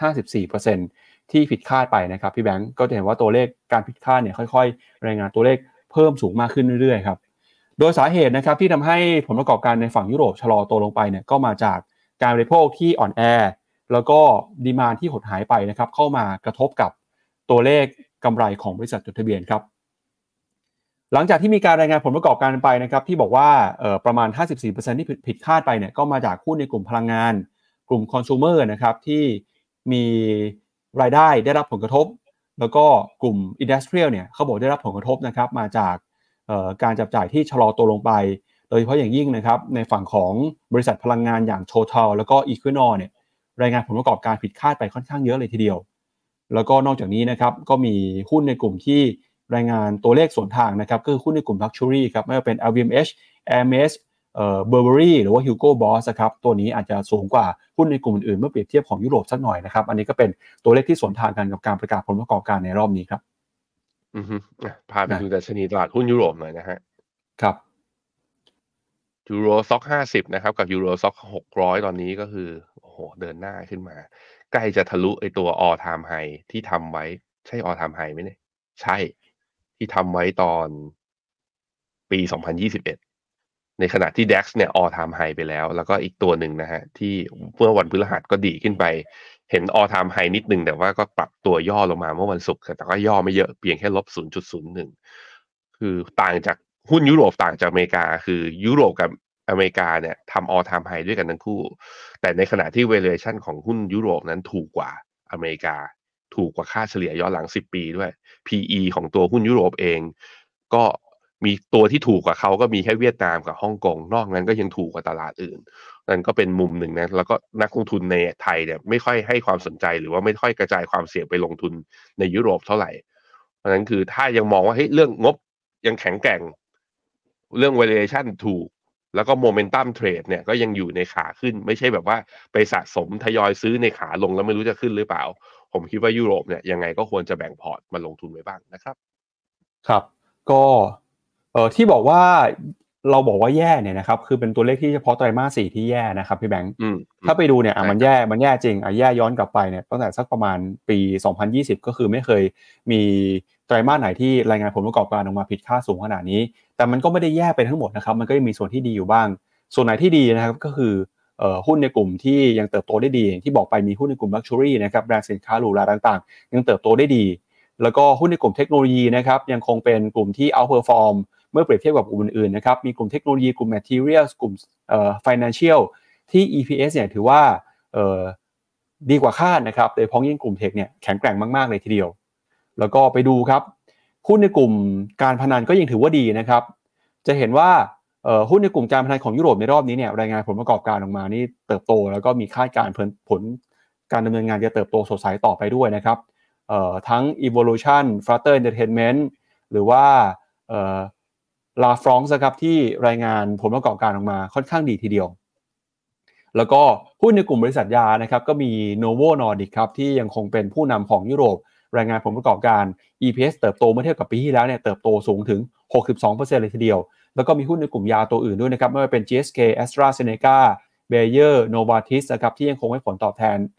54% ที่ผิดคาดไปนะครับพี่แบงก์ก็จะเห็นว่าตัวเลขการผิดคาดเนี่ยค่อยๆรายงานตัวเลขเพิ่มสูงมากขึ้นเรื่อยๆครับโดยสาเหตุนะครับที่ทำให้ผลประกอบการในฝั่งยุโรปชะลอตัวลงไปเนี่ยก็มาจากการบริโภคที่อ่อนแอแล้วก็ดีมานด์ที่หดหายไปนะครับเข้ามากระทบกับตัวเลขกำไรของบริษัทจดทะเบียนครับหลังจากที่มีการรายงานผลประกอบการไปนะครับที่บอกว่าประมาณ 54% ที่ผิดคาดไปเนี่ยก็มาจากหุ้นในกลุ่มพลังงานกลุ่มคอน sumer นะครับที่มีรายได้รับผลกระทบแล้วก็กลุ่ม industrial เนี่ยเขาบอกได้รับผลกระทบนะครับมาจากการจับจ่ายที่ชะลอตัวลงไปโดยเฉพาะอย่างยิ่งนะครับในฝั่งของบริษัทพลังงานอย่าง Total แล้วก็ Equinor เนี่ยรายงานผลประกอบการผิดคาดไปค่อนข้างเยอะเลยทีเดียวแล้วก็นอกจากนี้นะครับก็มีหุ้นในกลุ่มที่รายงานตัวเลขสวนทางนะครับก็คือหุ้นในกลุ่ม Luxury ครับไม่ว่าเป็น LVMH Hermes Burberry หรือว่า Hugo Boss ครับตัวนี้อาจจะสูงกว่าหุ้นในกลุ่มอื่นๆเมื่อเปรียบเทียบของยุโรปสักหน่อยนะครับอันนี้ก็เป็นตัวเลขที่สวนทางกันกับการประกาศผลประกอบการในรอบนี้ครับพาไปดูดัชนีตลาดหุ้นยุโรปหน่อยนะฮะครับยูโรซ็อก50นะครับกับยูโรซ็อก600ตอนนี้ก็คือโอ้โหเดินหน้าขึ้นมาใกล้จะทะลุไอ้ตัว all time high ที่ทำไว้ใช่ all time high ไหมเนี่ยใช่ที่ทำไว้ตอนปี2021ในขณะที่ DAX เนี่ย all time high ไปแล้วก็อีกตัวหนึ่งนะฮะที่เมื่อวันพฤหัสก็ดีขึ้นไปเห็น all time high นิดนึงแต่ว่าก็ปรับตัวย่อลงมาเมื่อวันศุกร์แต่ก็ย่อไม่เยอะเพียงแค่ลบ 0.01 คือต่างจากหุ้นยุโรปต่างจากอเมริกาคือยุโรปกับอเมริกาเนี่ยทำ all time high ด้วยกันทั้งคู่แต่ในขณะที่ valuation ของหุ้นยุโรปนั้นถูกกว่าอเมริกาถูกกว่าค่าเฉลี่ยย้อนหลัง10ปีด้วย PE ของตัวหุ้นยุโรปเองก็มีตัวที่ถูกกว่าเขาก็มีแค่เวียดนามกับฮ่องกงนอกนั้นก็ยังถูกกว่าตลาดอื่นนั่นก็เป็นมุมหนึ่งนะแล้วก็นักลงทุนในไทยเนี่ยไม่ค่อยให้ความสนใจหรือว่าไม่ค่อยกระจายความเสี่ยงไปลงทุนในยุโรปเท่าไหร่เพราะฉะนั้นคือถ้ายังมองว่าเฮ้ยเรื่องงบยังแข็งแกร่งเรื่อง valuation ถูกแล้วก็ momentum trade เนี่ยก็ยังอยู่ในขาขึ้นไม่ใช่แบบว่าไปสะสมทยอยซื้อในขาลงแล้วไม่รู้จะขึ้นหรือเปล่าผมคิดว่ายุโรปเนี่ยยังไงก็ควรจะแบ่งพอร์ตมาลงทุนไว้บ้างนะครับครับก็ที่บอกว่าเราบอกว่าแย่เนี่ยนะครับคือเป็นตัวเลขที่เฉพาะไตรมาส 4ที่แย่นะครับพี่แบงค์ถ้าไปดูเนี่ยมันแย่จริงแย่ย้อนกลับไปเนี่ยตั้งแต่สักประมาณปี2020ก็คือไม่เคยมีไตรมาสไหนที่รายงานผลประกอบการออกมาผิดคาดสูงขนาดนี้แต่มันก็ไม่ได้แย่ไปทั้งหมดนะครับมันก็ยังมีส่วนที่ดีอยู่บ้างส่วนไหนที่ดีนะครับก็คือหุ้นในกลุ่มที่ยังเติบโตได้ดีอย่างที่บอกไปมีหุ้นในกลุ่ม Luxury นะครับแบรนด์สินค้าหรูหราต่างๆยังเติบโตได้ดีแล้วก็หุ้นในกลุ่มเทคโนโลยีนะครับยังคงเป็นกลุ่มที่ outperform เมื่อเปรียบเทียบกับกลุ่มอื่นๆนะครับมีกลุ่มเทคโนโลยีกลุ่ม materials กลุ่มfinancial ที่ EPS เนี่ยถือว่าดีกว่าคาดนะครับโดยเฉพาะยิ่งกลุ่มเทคเนี่ยแข็งแกร่งมากๆเลยทีเดียวแล้วก็ไปดูครับหุ้นในกลุ่มการพนันก็ยังถือว่าดีนะครับจะเห็นว่าหุ้นในกลุ่มการพนันของยุโรปในรอบนี้เนี่ยรายงานผลประกอบการออกมานี่เติบโตแล้วก็มีคาดการณ์ผลการดำเนินงานจะเติบโตสดใสต่อไปด้วยนะครับทั้ง Evolution Flutter Entertainment หรือว่าลาฟรองส์ครับที่รายงานผลประกอบการออกมาค่อนข้างดีทีเดียวแล้วก็หุ้นในกลุ่มบริษัทยานะครับก็มี Novo Nordisk ครับที่ยังคงเป็นผู้นำของยุโรปรายงานผลประกอบการ EPS เติบโตเมื่อเทียบกับปีที่แล้วเนี่ยเติบโตสูงถึง 62% เลยทีเดียวแล้วก็มีหุ้นในกลุ่มยาตัวอื่นด้วยนะครับไม่ว่าเป็น GSK AstraZeneca Bayer Novartis นะครับที่ยังคงให้ผลตอบแทน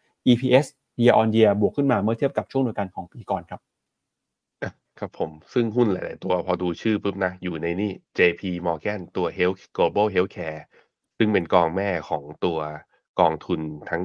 EPS year on year บวกขึ้นมาเมื่อเทียบกับช่วงเดียวกันของปีก่อนครับครับผมซึ่งหุ้นหลายๆตัวพอดูชื่อปุ๊บนะอยู่ในนี่ JP Morgan ตัว Health Global Healthcare ซึ่งเป็นกองแม่ของตัวกองทุนทั้ง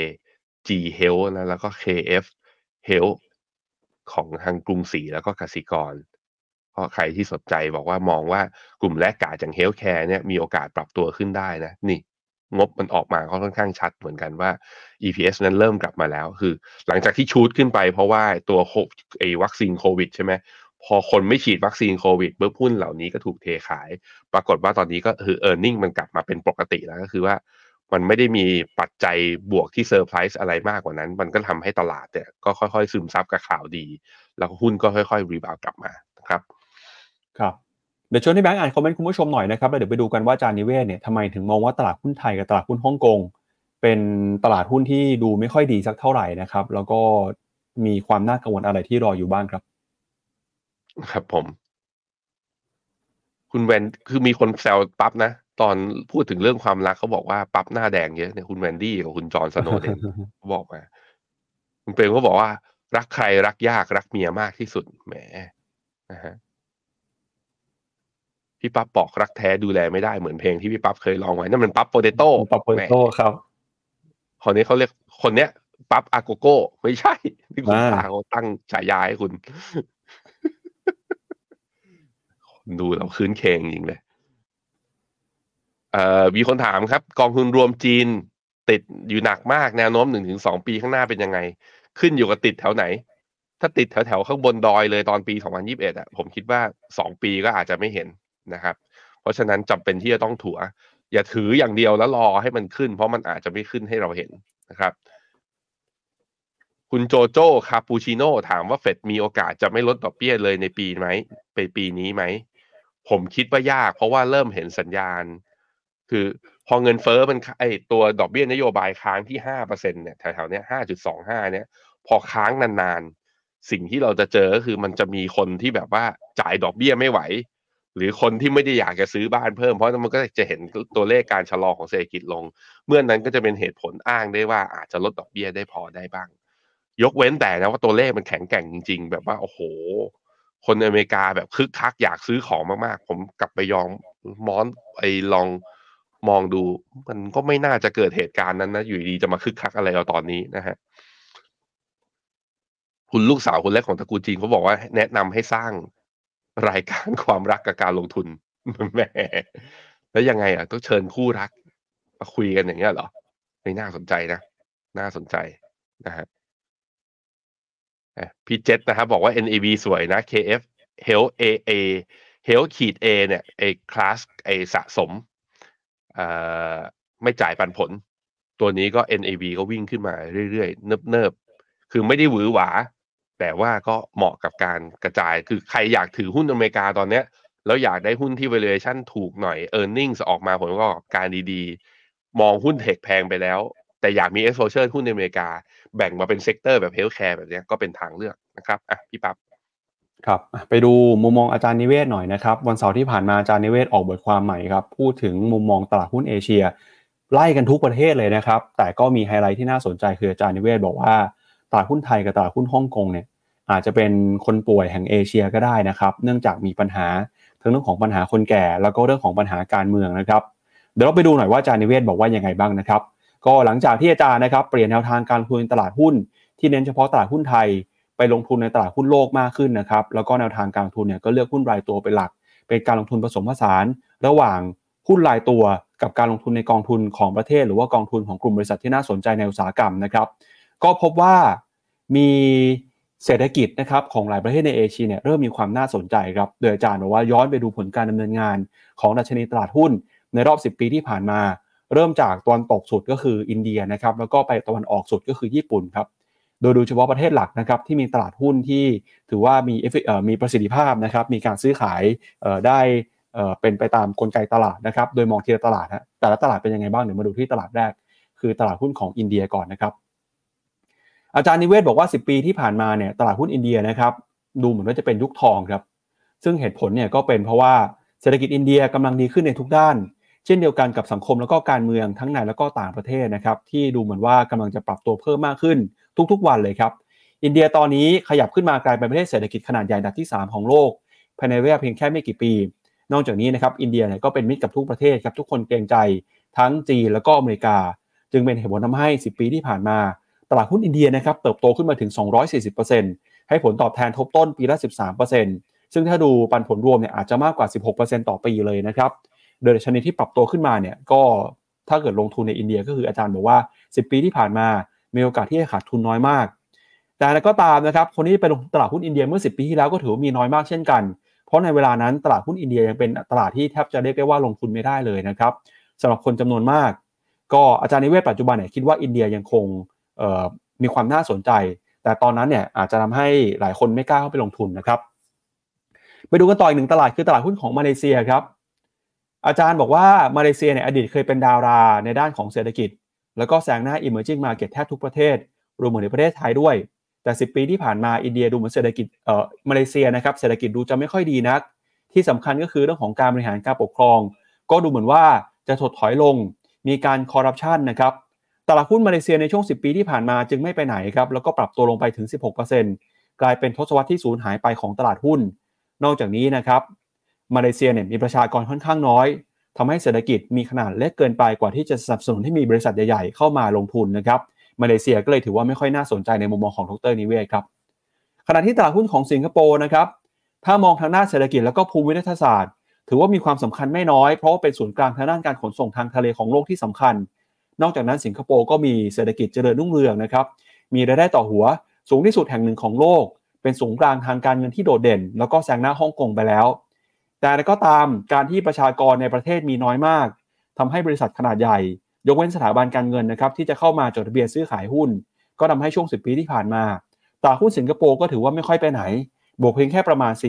KG Health นะแล้วก็ KF Health ของทางกรุงศรีแล้วก็กสิกรเพราะใครที่สนใจบอกว่ามองว่ากลุ่มแรกกาอย่าง Healthcare เนี่ยมีโอกาสปรับตัวขึ้นได้นะนี่งบมันออกมาค่อนข้างชัดเหมือนกันว่า EPS นั้นเริ่มกลับมาแล้วคือหลังจากที่ชูดขึ้นไปเพราะว่าตัววัคซีนโควิดใช่ไหมพอคนไม่ฉีดวัคซีนโควิดปุ๊บหุ้นเหล่านี้ก็ถูกเทขายปรากฏว่าตอนนี้ก็คือ earning มันกลับมาเป็นปกติแล้วก็คือว่ามันไม่ได้มีปัจจัยบวกที่เซอร์ไพรส์อะไรมากกว่านั้นมันก็ทำให้ตลาดเนี่ยก็ค่อยๆซึมซับกับข่าวดีแล้วหุ้นก็ค่อยๆรีบาวกลับมานะครับครับเดี๋ยวชวนให้แบงค์อ่านคอมเมนต์คุณผู้ชมหน่อยนะครับแล้วเดี๋ยวไปดูกันว่าอาจารย์นิเวศเนี่ยทำไมถึงมองว่าตลาดหุ้นไทยกับตลาดหุ้นฮ่องกงเป็นตลาดหุ้นที่ดูไม่ค่อยดีสักเท่าไหร่นะครับแล้วก็มีความน่ากังวลอะไรที่รออยู่บ้างครับครับผมคุณแวนคือมีคนแซวปั๊บนะตอนพูดถึงเรื่องความรักเขาบอกว่าปั๊บหน้าแดงเยอะเนี่ยคุณแวนดี้กับคุณจอห์นสโนว์เดนเขาบอกมาคุณเปรมเขาบอกว่ารักใครรักยากรักเมียมากที่สุดแหมนะฮะพี่ปั๊บบอกรักแท้ดูแลไม่ได้เหมือนเพลงที่พี่ปั๊บเคยร้องไว้นั่นมันปั๊บโปเตโต้ปรับโปแหมเตโต้ครับคนนี้เขาเรียกคนเนี้ยปั๊บอาโกโก้ไม่ใช่ที่คุณตาอาเขาตั้งฉายาให้คุณดูแล้วคืนเคงจริงเลย มีคนถามครับกองทุนรวมจีนติดอยู่หนักมากแนวโน้ม1-2ปีข้างหน้าเป็นยังไงขึ้นอยู่กับติดแถวไหนถ้าติดแถวๆข้างบนดอยเลยตอนปี2021อ่ะผมคิดว่า2 ปีก็อาจจะไม่เห็นนะครับเพราะฉะนั้นจำเป็นที่จะต้องถัวอย่าถืออย่างเดียวแล้วรอให้มันขึ้นเพราะมันอาจจะไม่ขึ้นให้เราเห็นนะครับคุณโจโจ้คาปูชิโน่ถามว่าเฟดมีโอกาสจะไม่ลดดอกเบี้ยเลยในปีนี้ไหมผมคิดว่ายากเพราะว่าเริ่มเห็นสัญญาณ คือพอเงินเฟ้อมันไอตัวดอกเบี้ยนโยบายค้างที่5%เนี่ยแถวๆเนี้ย5.25เนี่ยพอค้างนานๆสิ่งที่เราจะเจอก็คือมันจะมีคนที่แบบว่าจ่ายดอกเบี้ยไม่ไหวหรือคนที่ไม่ได้อยากจะซื้อบ้านเพิ่มเพราะมันก็จะเห็นตัวเลขการชะลอของเศรษฐกิจลงเมื่อนั้นก็จะเป็นเหตุผลอ้างได้ว่าอาจจะลดดอกเบี้ยได้พอได้บ้างยกเว้นแต่นะว่าตัวเลขมันแข็งแกร่งจริงๆแบบว่าโอ้โหคนอเมริกาแบบคึกคักอยากซื้อของมากๆผมกลับไปยองม้อนไอ้ลองมองดูมันก็ไม่น่าจะเกิดเหตุการณ์นั้นนะอยู่ดีจะมาคึกคักอะไรเอาตอนนี้นะฮะคุณลูกสาวคนแรกของตระกูลจีนเขาบอกว่าแนะนำให้สร้างรายการความรักกับการลงทุนแหมแล้วยังไงอ่ะต้องเชิญคู่รักมาคุยกันอย่างเงี้ยเหรอไม่น่าสนใจนะน่าสนใจนะฮะพี่เจษนะครับบอกว่า NAV สวยนะ KF Health AA Health ขีด A เนี่ยไอ้คลาสไอ้สะสมเอ่อไม่จ่ายปันผลตัวนี้ก็ NAV ก็วิ่งขึ้นมาเรื่อยๆเนิบๆคือไม่ได้หวือหวาแต่ว่าก็เหมาะกับการกระจายคือใครอยากถือหุ้นอเมริกาตอนเนี้ยแล้วอยากได้หุ้นที่ valuation ถูกหน่อย earnings ออกมาผลประกอบการดีๆมองหุ้นเทคแพงไปแล้วแต่อยากมี exposure หุ้นในอเมริกาแบ่งมาเป็นเซกเตอร์แบบ healthcare แบบนี้ก็เป็นทางเลือกนะครับอ่ะพี่ปั๊บครับไปดูมุมมองอาจารย์นิเวศน์หน่อยนะครับวันเสาร์ที่ผ่านมาอาจารย์นิเวศน์ออกบทความใหม่ครับพูดถึงมุมมองตลาดหุ้นเอเชียไล่กันทุกประเทศเลยนะครับแต่ก็มีไฮไลท์ที่น่าสนใจคืออาจารย์นิเวศน์บอกว่าตลาดหุ้นไทยกับตลาดหุ้นฮ่องกงเนี่ยอาจจะเป็นคนป่วยแห่งเอเชียก็ได้นะครับเนื่องจากมีปัญหาทั้งเรื่องของปัญหาคนแก่แล้วก็เรื่องของปัญหาการเมืองนะครับเดี๋ยวเราไปดูหน่อยว่าอาจารย์นิเวศน์บอกว่ายังไงบ้างนะครับก็หลังจากที่อาจารย์นะครับเปลี่ยนแนวทางการลงทุนตลาดหุ้นที่เน้นเฉพาะตลาดหุ้นไทยไปลงทุนในตลาดหุ้นโลกมากขึ้นนะครับแล้วก็แนวทางการลงทุนเนี่ยก็เลือกหุ้นรายตัวเป็นหลักเป็นการลงทุนผสมผสานระหว่างหุ้นรายตัวกับการลงทุนในกองทุนของประเทศหรือว่ากองทุนของกลุ่มบริษัทที่น่าสนใจในอุตสาหกรรมนะครับก็พบว่ามีเศรษฐกิจนะครับของหลายประเทศในเอเชียเนี่ยเริ่มมีความน่าสนใจครับโดยอาจารย์บอกว่าย้อนไปดูผลการดำเนินงานของดัชนีตลาดหุ้นในรอบ10 ปีที่ผ่านมาเริ่มจากตะวันตกสุดก็คืออินเดียนะครับแล้วก็ไปตะวันออกสุดก็คือญี่ปุ่นครับ โดยดูเฉพาะประเทศหลักนะครับที่มีตลาดหุ้นที่ถือว่ามีประสิทธิภาพนะครับมีการซื้อขายได้เป็นไปตามกลไกตลาดนะครับโดยมองทีละตลาดฮะแต่ละตลาดเป็นยังไงบ้างเดี๋ยวมาดูที่ตลาดแรกคือตลาดหุ้นของอินเดียก่อนนะครับอาจารย์นิเวศบอกว่า10 ปีที่ผ่านมาเนี่ยตลาดหุ้นอินเดียนะครับดูเหมือนว่าจะเป็นยุคทองครับซึ่งเหตุผลเนี่ยก็เป็นเพราะว่าเศรษฐกิจอินเดียกำลังดีขึ้นในทุกด้านเช่นเดียวกันกับสังคมแล้วก็การเมืองทั้งในแล้วก็ต่างประเทศนะครับที่ดูเหมือนว่ากำลังจะปรับตัวเพิ่มมากขึ้นทุกๆวันเลยครับ อินเดียตอนนี้ขยับขึ้นมากลายเป็นประเทศเศรษฐกิจขนาดใหญ่อันดับที่3ของโลกภายในเวลาเพียงแค่ไม่กี่ปีนอกจากนี้นะครับอินเดียเนี่ยก็เป็นมิตรกับทุกประเทศครับทุกคนเกรงใจทั้งจีนแล้วก็อเมริกาจึงเป็นเหตุผลทำให้10 ปีที่ผ่านมาตลาดหุ้นอินเดียนะครับเติบโตขึ้นมาถึง 240% ให้ผลตอบแทนทบต้นปีละ 13% ซึ่งถ้าดูปันผลรวมเนี่ยอาจจะมากกว่า 16% ต่อปีเลยนะครับโดยดัชนีที่ปรับตัวขึ้นมาเนี่ยก็ถ้าเกิดลงทุนในอินเดียก็คืออาจารย์บอกว่า10 ปีที่ผ่านมามีโอกาสที่จะขาดทุนน้อยมาก แต่อะไรก็ตามนะครับคนที่ไปลงตลาดหุ้นอินเดียเมื่อ10 ปีที่แล้วก็ถือว่ามีน้อยมากเช่นกันเพราะในเวลานั้นตลาดหุ้นอินเดียยังเป็นตลาดที่แทบจะเรียกได้ว่าลงทุนไม่ได้เลยนะครับสำหรับคนจำนวนมากก็อาจารย์นิเวศปัจจุบันเนี่ยคิดว่าอินเดียยังคงมีความน่าสนใจแต่ตอนนั้นเนี่ยอาจจะทำให้หลายคนไม่กล้าเข้าไปลงทุนนะครับไปดูกันต่ออีกหนึ่งตลาดคือตลาดหุ้นของมาเลเซียครับอาจารย์บอกว่ามาเลเซียเนี่ยอดีตเคยเป็นดาราในด้านของเศรษฐกิจแล้วก็แซงหน้า Emerging Market แทบทุกประเทศรวมถึงในประเทศไทยด้วยแต่10ปีที่ผ่านมาอินเดียดูเหมือนเศรษฐกิจมาเลเซียนะครับเศรษฐกิจดูจะไม่ค่อยดีนักที่สำคัญก็คือเรื่องของการบริหารการปกครองก็ดูเหมือนว่าจะถดถอยลงมีการคอร์รัปชันนะครับตลาดหุ้นมาเลเซียในช่วง10ปีที่ผ่านมาจึงไม่ไปไหนครับแล้วก็ปรับตัวลงไปถึง 16% กลายเป็นทศวรรษที่สูญหายไปของตลาดหุ้นนอกจากนี้นะครับมาเลเซียเนี่ยมีประชากรค่อนข้างน้อยทำให้เศรษฐกิจมีขนาดเล็กเกินไปกว่าที่จะสนับสนุนให้มีบริษัทใหญ่ๆเข้ามาลงทุนนะครับมาเลเซียก็เลยถือว่าไม่ค่อยน่าสนใจในมุมมองของดร.นิเวศครับขณะที่ตลาดหุ้นของสิงคโปร์นะครับถ้ามองทางด้านเศรษฐกิจแล้วก็ภูมิรัฐศาสตร์ถือว่ามีความสำคัญไม่น้อยเพราะว่าเป็นศูนย์กลางทางด้านการขนส่งทางทะเลของโลกที่สำคัญนอกจากนั้นสิงคโปร์ก็มีเศรษฐกิจเจริญรุ่งเรืองนะครับมีรายได้ต่อหัวสูงที่สุดแห่งหนึ่งของโลกเป็นศูนย์กลางทางการเงินที่โดดเด่นแล้วก็แซงหน้าฮ่องกงไปแล้วแต่ก็ตามการที่ประชากรในประเทศมีน้อยมากทำให้บริษัทขนาดใหญ่ยกเว้นสถาบันการเงินนะครับที่จะเข้ามาจดทะเบียนซื้อขายหุ้นก็ทำให้ช่วง10ปีที่ผ่านมาตลาดหุ้นสิงคโปร์ก็ถือว่าไม่ค่อยไปไหนบวกเพียงแค่ประมาณ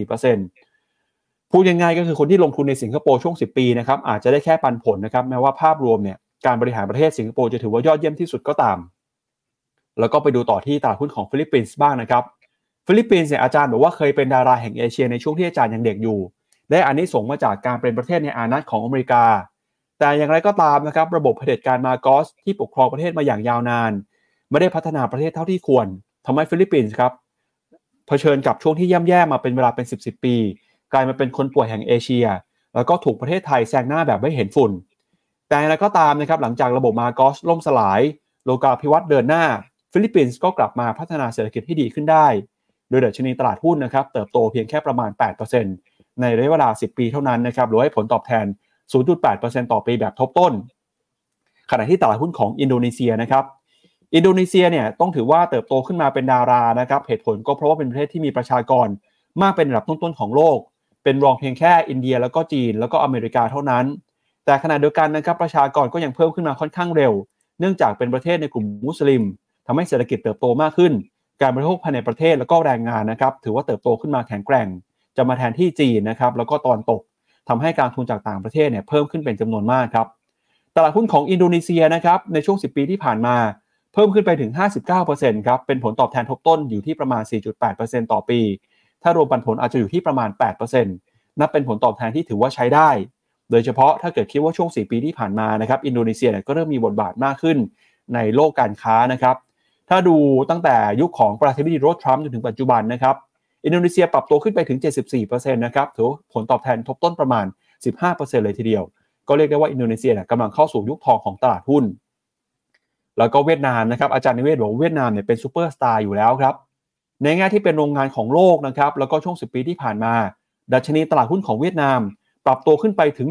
4% พูดยังไงก็คือคนที่ลงทุนในสิงคโปร์ช่วง10ปีนะครับอาจจะได้แค่ปันผลนะครับแม้ว่าภาพรวมเนี่ยการบริหารประเทศสิงคโปร์จะถือว่ายอดเยี่ยมที่สุดก็ตามแล้วก็ไปดูต่อที่ตลาดหุ้นของฟิลิปปินส์บ้างนะครับฟิลิปปินส์เนี่ยอาจารย์บอกว่าเคยเป็นดาราแห่งเอเชียในช่วงที่อาจารย์ยังเด็กอยู่ได้อานิสงส์มาจากการเป็นประเทศในอานัตของอเมริกาแต่อย่างไรก็ตามนะครับระบบเผด็จการมาโกสที่ปกครองประเทศมาอย่างยาวนานไม่ได้พัฒนาประเทศเท่าที่ควรทำให้ฟิลิปปินส์ครับเผชิญกับช่วงที่ย่ำแย่มาเป็นเวลาเป็น10 ปีกลายมาเป็นคนป่วยแห่งเอเชียแล้วก็ถูกประเทศไทยแซงหน้าแบบไม่เห็นฝุ่นแต่อย่างไรก็ตามนะครับหลังจากระบบมาโกสล่มสลายโลกาภิวัตน์เดินหน้าฟิลิปปินส์ก็กลับมาพัฒนาเศรษฐกิจให้ดีขึ้นได้โดยดัชนีตลาดหุ้นนะครับเติบโตเพียงแค่ประมาณ 8% ในระยะเวลา10ปีเท่านั้นนะครับหรือให้ผลตอบแทน 0.8% ต่อปีแบบทบต้นขณะที่ตลาดหุ้นของอินโดนีเซียนะครับอินโดนีเซียเนี่ยต้องถือว่าเติบโตขึ้นมาเป็นดารานะครับเหตุผลก็เพราะว่าเป็นประเทศที่มีประชากรมากเป็นระดับต้นๆของโลกเป็นรองเพียงแค่อินเดียแล้วก็จีนแล้วก็อเมริกาเท่านั้นแต่ขณะเดียวกันนะครับประชากรก็ยังเพิ่มขึ้นมาค่อนข้างเร็วเนื่องจากเป็นประเทศในกลุ่มมุสลิมทำให้เศรษฐกิจเติบโตมากขึ้นการบริโภคภายในประเทศแล้วก็แรงงานนะครับถือว่าเติบโตขึ้นมาแข็งแกร่งจะมาแทนที่จีนนะครับแล้วก็ตอนตกทำให้การทุนจากต่างประเทศเนี่ยเพิ่มขึ้นเป็นจำนวนมากครับตลาดหุ้นของอินโดนีเซียนะครับในช่วง10ปีที่ผ่านมาเพิ่มขึ้นไปถึง 59% ครับเป็นผลตอบแทนทบต้นอยู่ที่ประมาณ 4.8% ต่อปีถ้ารวมปันผลอาจจะอยู่ที่ประมาณ 8% นับเป็นผลตอบแทนที่ถือว่าใช้ได้โดยเฉพาะถ้าเกิดคิดว่าช่วง4ปีที่ผ่านมานะครับอินโดนีเซียก็เริ่มมีบทบาทมากขึ้นในโลกการค้านะครับถ้าดูตั้งแต่ยุคของประธานาธิบดีโดนัลด์ทรัมป์จนถึงปัจจุบันนะครับอินโดนีเซียปรับตัวขึ้นไปถึง 74% นะครับถือผลตอบแทนทบต้นประมาณ 15% เลยทีเดียวก็เรียกได้ว่าอินโดนีเซียกำลังเข้าสู่ยุคทองของตลาดหุ้นแล้วก็เวียดนามนะครับอาจารย์นิเวศบอกว่าเวียดนามเนี่ยเป็นซูเปอร์สตาร์อยู่แล้วครับในแง่ที่เป็นโรงงานของโลกนะครับแล้วก็ช่วง10ปีที่ผ่านมาดัชนีตลาดหุ้นของเวียดนามปรับตัวขึ้นไปถึง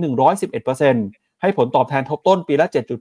111% ให้ผลตอบแทนทบต้นปีละ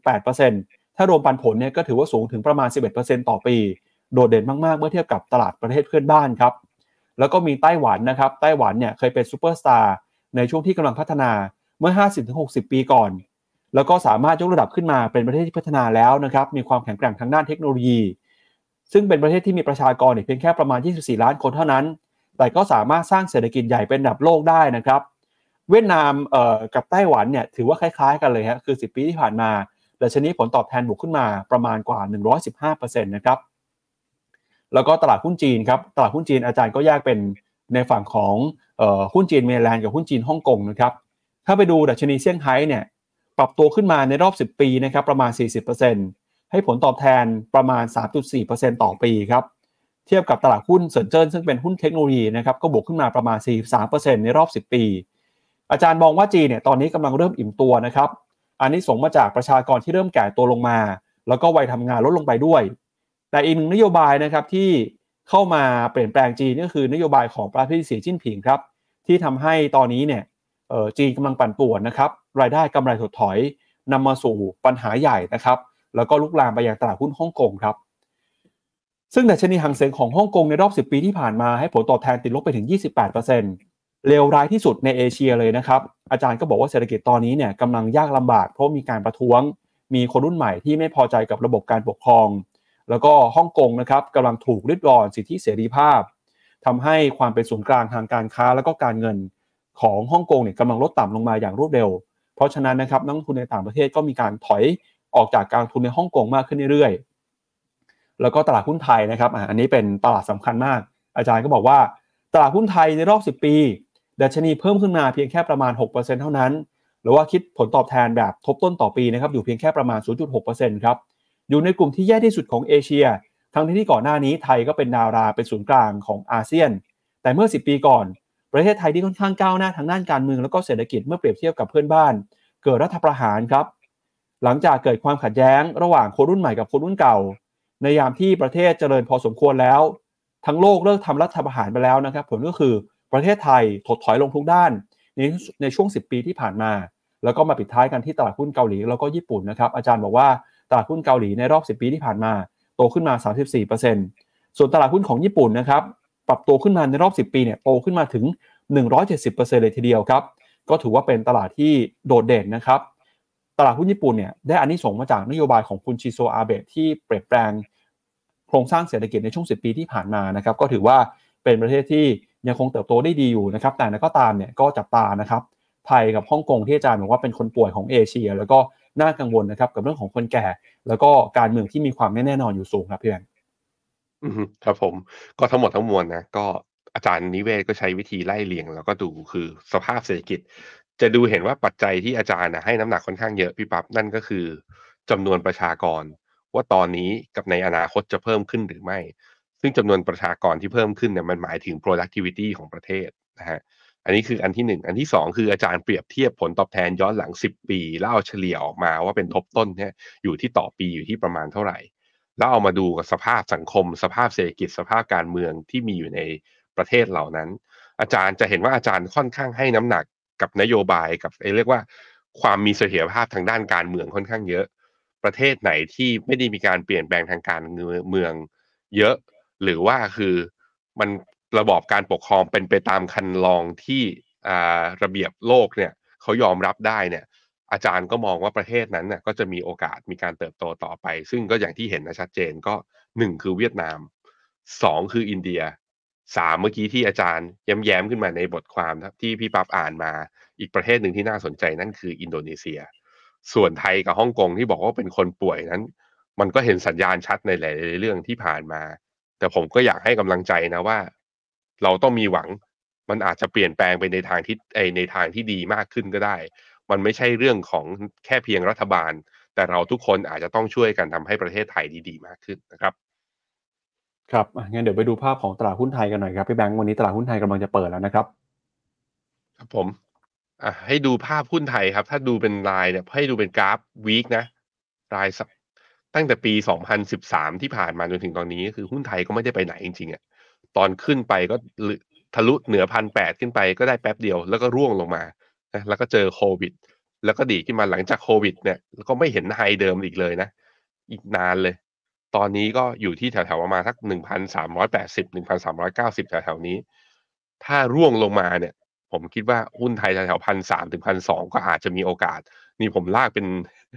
7.8% ถ้ารวมปันผลเนี่ยก็ถือว่าสูงถึงประมาณ 11% ต่อปีโดดเด่นมากๆเมื่อเทียบกับตลาดประเทศเพื่อนบ้านครับแล้วก็มีไต้หวันนะครับไต้หวันเนี่ยเคยเป็นซูเปอร์สตาร์ในช่วงที่กำลังพัฒนาเมื่อ 50-60 ปีก่อนแล้วก็สามารถยกระดับขึ้นมาเป็นประเทศที่พัฒนาแล้วนะครับมีความแข็งแกร่งทางด้านเทคโนโลยีซึ่งเป็นประเทศที่มีประชากรเพียงแค่ประมาณ24ล้านคนเท่านั้นแต่ก็สามารถสร้างเศรษฐกิจใหญ่เป็นระดับโลกได้นะครับเวียดนามกับไต้หวันเนี่ยถือว่าคล้ายๆกันเลยฮะคือ10ปีที่ผ่านมาดัชนีผลตอบแทนบวกขึ้นมาประมาณกว่า 115% นะครับแล้วก็ตลาดหุ้นจีนครับตลาดหุ้นจีนอาจารย์ก็แยกเป็นในฝั่งของหุ้นจีนเมนแลนด์กับหุ้นจีนฮ่องกงนะครับถ้าไปดูดัชนีเซี่ยงไฮ้เนี่ยปรับตัวขึ้นมาในรอบ10ปีนะครับประมาณ 40% ให้ผลตอบแทนประมาณ 3.4% ต่อปีครับเทียบกับตลาดหุ้นเซินเจิ้นซึ่งเป็นหุ้นเทคโนโลยีนะครับก็บวกขึ้นมาประมาณ 43% ในรอบ10ปีอาจารย์มองว่าจีนเนี่ยตอนนี้กำลังเริ่มอิ่มตัวนะครับอันนี้ส่งมาจากประชากรที่เริ่มแก่ตัวลงมาแล้วก็วัยทำงานลดลงไปด้วยแต่อีกหนึ่งนโยบายนะครับที่เข้ามาเปลี่ยนแปลงจีนก็คือนโยบายของประธานาธิบดีสีจิ้นผิงครับที่ทำให้ตอนนี้เนี่ยจีนกำลังปั่นป่วนนะครับรายได้กำไรถดถอยนำมาสู่ปัญหาใหญ่นะครับแล้วก็ลุกลามไปยังตลาดหุ้นฮ่องกงครับซึ่งดัชนีหังเส็งของฮ่องกงในรอบ10ปีที่ผ่านมาให้ผลตอบแทนติดลบไปถึง 28% เลวร้ายที่สุดในเอเชียเลยนะครับอาจารย์ก็บอกว่าเศรษฐกิจตอนนี้เนี่ยกำลังยากลำบากเพราะมีการประท้วงมีคนรุ่นใหม่ที่ไม่พอใจกับระบบการปกครองแล้วก็ฮ่องกงนะครับกำลังถูกริดรอนสิทธิเสรีภาพทำให้ความเป็นศูนย์กลางทางการค้าแล้วก็การเงินของฮ่องกงเนี่ยกำลังลดต่ำลงมาอย่างรวดเร็วเพราะฉะนั้นนะครับนักลงทุนในต่างประเทศก็มีการถอยออกจากการลงทุนในฮ่องกงมากขึ้นเรื่อยๆแล้วก็ตลาดหุ้นไทยนะครับอันนี้เป็นตลาดสำคัญมากอาจารย์ก็บอกว่าตลาดหุ้นไทยในรอบ10ปีดัชนีเพิ่มขึ้นมาเพียงแค่ประมาณ 6% เท่านั้นหรือว่าคิดผลตอบแทนแบบทบต้นต่อปีนะครับอยู่เพียงแค่ประมาณ 0.6% ครับอยู่ในกลุ่มที่แย่ที่สุดของเอเชียทั้งที่ก่อนหน้านี้ไทยก็เป็นดาราเป็นศูนย์กลางของอาเซียนแต่เมื่อ10ปีก่อนประเทศไทยที่ค่อนข้างก้าวหน้าทางด้านการเมืองแล้วก็เศรษฐกิจเมื่อเปรียบเทียบกับเพื่อนบ้านเกิดรัฐประหารครับหลังจากเกิดความขัดแย้งระหว่างคนรุ่นใหม่กับคนรุ่นเก่าในยามที่ประเทศเจริญพอสมควรแล้วทั้งโลกเลิกทำรัฐประหารไปแล้วนะครับผลก็คือประเทศไทยถดถอยลงทุกด้านในช่วง10ปีที่ผ่านมาแล้วก็มาปิดท้ายกันที่ตลาดหุ้นเกาหลีแล้วก็ญี่ปุ่นนะครับอาจารย์บอกว่าตลาดหุ้นเกาหลีในรอบ10ปีที่ผ่านมาโตขึ้นมา 34% ส่วนตลาดหุ้นของญี่ปุ่นนะครับปรับตัวขึ้นมาในรอบ10ปีเนี่ยโตขึ้นมาถึง 170% เลยทีเดียวครับก็ถือว่าเป็นตลาดที่โดดเด่นนะครับตลาดหุ้นญี่ปุ่นเนี่ยได้อานิสงส์มาจากนโยบายของคุณชิโซอาเบะที่เปลี่ยนแปลงโครงสร้างเศรษฐกิจในช่วง10ปีที่ผ่านมานะครับก็ถือว่าเป็นประเทศที่ยังคงเติบโตได้ดีอยู่นะครับแต่ก็ตามเนี่ยก็จับตานะครับไทยกับฮ่องกงที่อาจารย์บอกว่าเป็นคนป่วยของเอเชียแล้วก็น่ากังวลนะครับกับเรื่องของคนแก่แล้วก็การเมืองที่มีความไม่แน่นอนอยู่สูงครับพี่แบงค์ครับผมก็ทั้งหมดทั้งมวลนะก็อาจารย์นิเวศก็ใช้วิธีไล่เรียงแล้วก็ดูคือสภาพเศรษฐกิจจะดูเห็นว่าปัจจัยที่อาจารย์ให้น้ำหนักค่อนข้างเยอะพี่ปั๊บนั่นก็คือจำนวนประชากรว่าตอนนี้กับในอนาคตจะเพิ่มขึ้นหรือไม่ซึ่งจำนวนประชากรที่เพิ่มขึ้นเนี่ยมันหมายถึง productivity ของประเทศนะฮะอันนี้คืออันที่1อันที่2คืออาจารย์เปรียบเทียบผลตอบแทนย้อนหลัง10ปีแล้วเอาเฉลี่ยออกมาว่าเป็นทบต้นเนี่ยอยู่ที่ต่อปีอยู่ที่ประมาณเท่าไหร่แล้วเอามาดูกับสภาพสังคมสภาพเศรษฐกิจสภาพการเมืองที่มีอยู่ในประเทศเหล่านั้นอาจารย์จะเห็นว่าอาจารย์ค่อนข้างให้น้ำหนักกับนโยบายกับเรียกว่าความมีเสถียรภาพทางด้านการเมืองค่อนข้างเยอะประเทศไหนที่ไม่ได้มีการเปลี่ยนแปลงทางการเมืองเยอะหรือว่าคือมันระบอบการปกครองเป็นไปตามคันลองที่ระเบียบโลกเนี่ยเขายอมรับได้เนี่ยอาจารย์ก็มองว่าประเทศนั้นน่ะก็จะมีโอกาสมีการเติบโตต่อไปซึ่งก็อย่างที่เห็นนะชัดเจนก็1คือเวียดนาม2คืออินเดีย3เมื่อกี้ที่อาจารย์แย้มๆขึ้นมาในบทความที่พี่ปั๊บอ่านมาอีกประเทศหนึ่งที่น่าสนใจนั่นคืออินโดนีเซียส่วนไทยกับฮ่องกงที่บอกว่าเป็นคนป่วยนั้นมันก็เห็นสัญญาณชัดในหลายๆเรื่องที่ผ่านมาแต่ผมก็อยากให้กำลังใจนะว่าเราต้องมีหวังมันอาจจะเปลี่ยนแปลงไปในทางที่ดีมากขึ้นก็ได้มันไม่ใช่เรื่องของแค่เพียงรัฐบาลแต่เราทุกคนอาจจะต้องช่วยกันทำให้ประเทศไทยดีมากขึ้นนะครับครับงั้นเดี๋ยวไปดูภาพของตลาดหุ้นไทยกันหน่อยครับพี่แบงค์วันนี้ตลาดหุ้นไทยกำลังจะเปิดแล้วนะครับครับผมให้ดูภาพหุ้นไทยครับถ้าดูเป็นรายเนี่ยให้ดูเป็นกราฟวีคนะรายสัปตั้งแต่ปี2013ที่ผ่านมาจนถึงตอนนี้คือหุ้นไทยก็ไม่ได้ไปไหนจริงๆอะตอนขึ้นไปก็ทะลุเหนือ1,800ขึ้นไปก็ได้แป๊บเดียวแล้วก็ร่วงลงมานะแล้วก็เจอโควิดแล้วก็ดีดขึ้นมาหลังจากโควิดเนี่ยก็ไม่เห็นไฮเดิมอีกเลยนะอีกนานเลยตอนนี้ก็อยู่ที่แถวๆประมาณสัก1,380 1,390แถวๆนี้ถ้าร่วงลงมาเนี่ย ผมคิดว่าหุ้นไทยแถวๆ1,300ถึง1,200ก็อาจจะมีโอกาสนี่ผมลากเป็น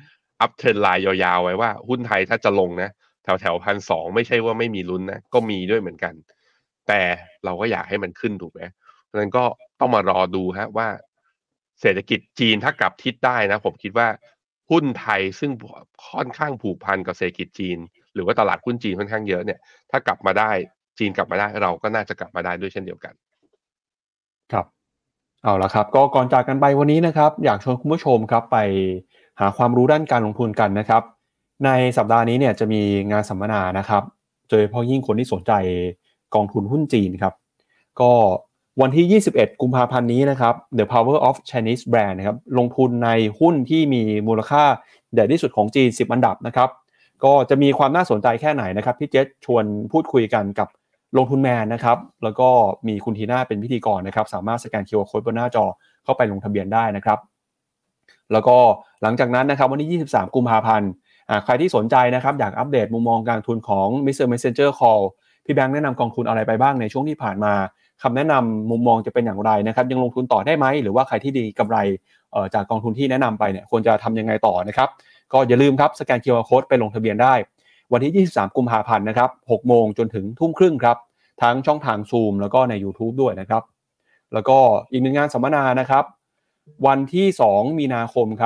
up trend line ยาวๆไว้ว่าหุ้นไทยถ้าจะลงนะแถวๆ1,200ไม่ใช่ว่าไม่มีลุ้นนะก็มีด้วยเหมือนกันแต่เราก็อยากให้มันขึ้นถูกไหมเพราะฉะนั้นก็ต้องมารอดูฮะว่าเศรษฐกิจจีนถ้ากลับทิศได้นะผมคิดว่าหุ้นไทยซึ่งค่อนข้างผูกพันกับเศรษฐกิจจีนหรือว่าตลาดหุ้นจีนค่อนข้างเยอะเนี่ยถ้ากลับมาได้จีนกลับมาได้เราก็น่าจะกลับมาได้ด้วยเช่นเดียวกันครับ เอาละครับก็ก่อนจากกันไปวันนี้นะครับอยากชวนคุณผู้ชมครับไปหาความรู้ด้านการลงทุนกันนะครับในสัปดาห์นี้เนี่ยจะมีงานสัมมนานะครับโดยเฉพาะยิ่งคนที่สนใจกองทุนหุ้นจีนครับก็วันที่21กุมภาพันธ์นี้นะครับ The Power of Chinese Brand นะครับลงทุนในหุ้นที่มีมูลค่าใหญ่ที่สุดของจีน10อันดับนะครับก็จะมีความน่าสนใจแค่ไหนนะครับพี่เจษชวนพูดคุยกันกับลงทุนแมนนะครับแล้วก็มีคุณทีน่าเป็นพิธีกรนะครับสามารถสแกน QR Code บนหน้าจอเข้าไปลงทะเบียนได้นะครับแล้วก็หลังจากนั้นนะครับวันที่23กุมภาพันธ์ใครที่สนใจนะครับอยากอัปเดตมุมมองการทุนของ Mr. Messenger Call พี่แบงค์แนะนำกองทุนอะไรไปบ้างในช่วงที่ผ่านมาคำแนะนำมุมมองจะเป็นอย่างไรนะครับยังลงทุนต่อได้ไหมหรือว่าใครที่ดีกำไรจากกองทุนที่แนะนำไปเนี่ยควรจะทำยังไงต่อนะครับก็อย่าลืมครับสแกน QR Code ไปลงทะเบียนได้วันที่23กุมภาพันธ์นะครับ 6 โมงจนถึง 12:00 นครับทั้งช่องทาง Zoom แล้วก็ใน YouTube ด้วยนะครับแล้วก็อีกหนึ่งงานสัมมนานะครับวันที่2มีนาคมครับ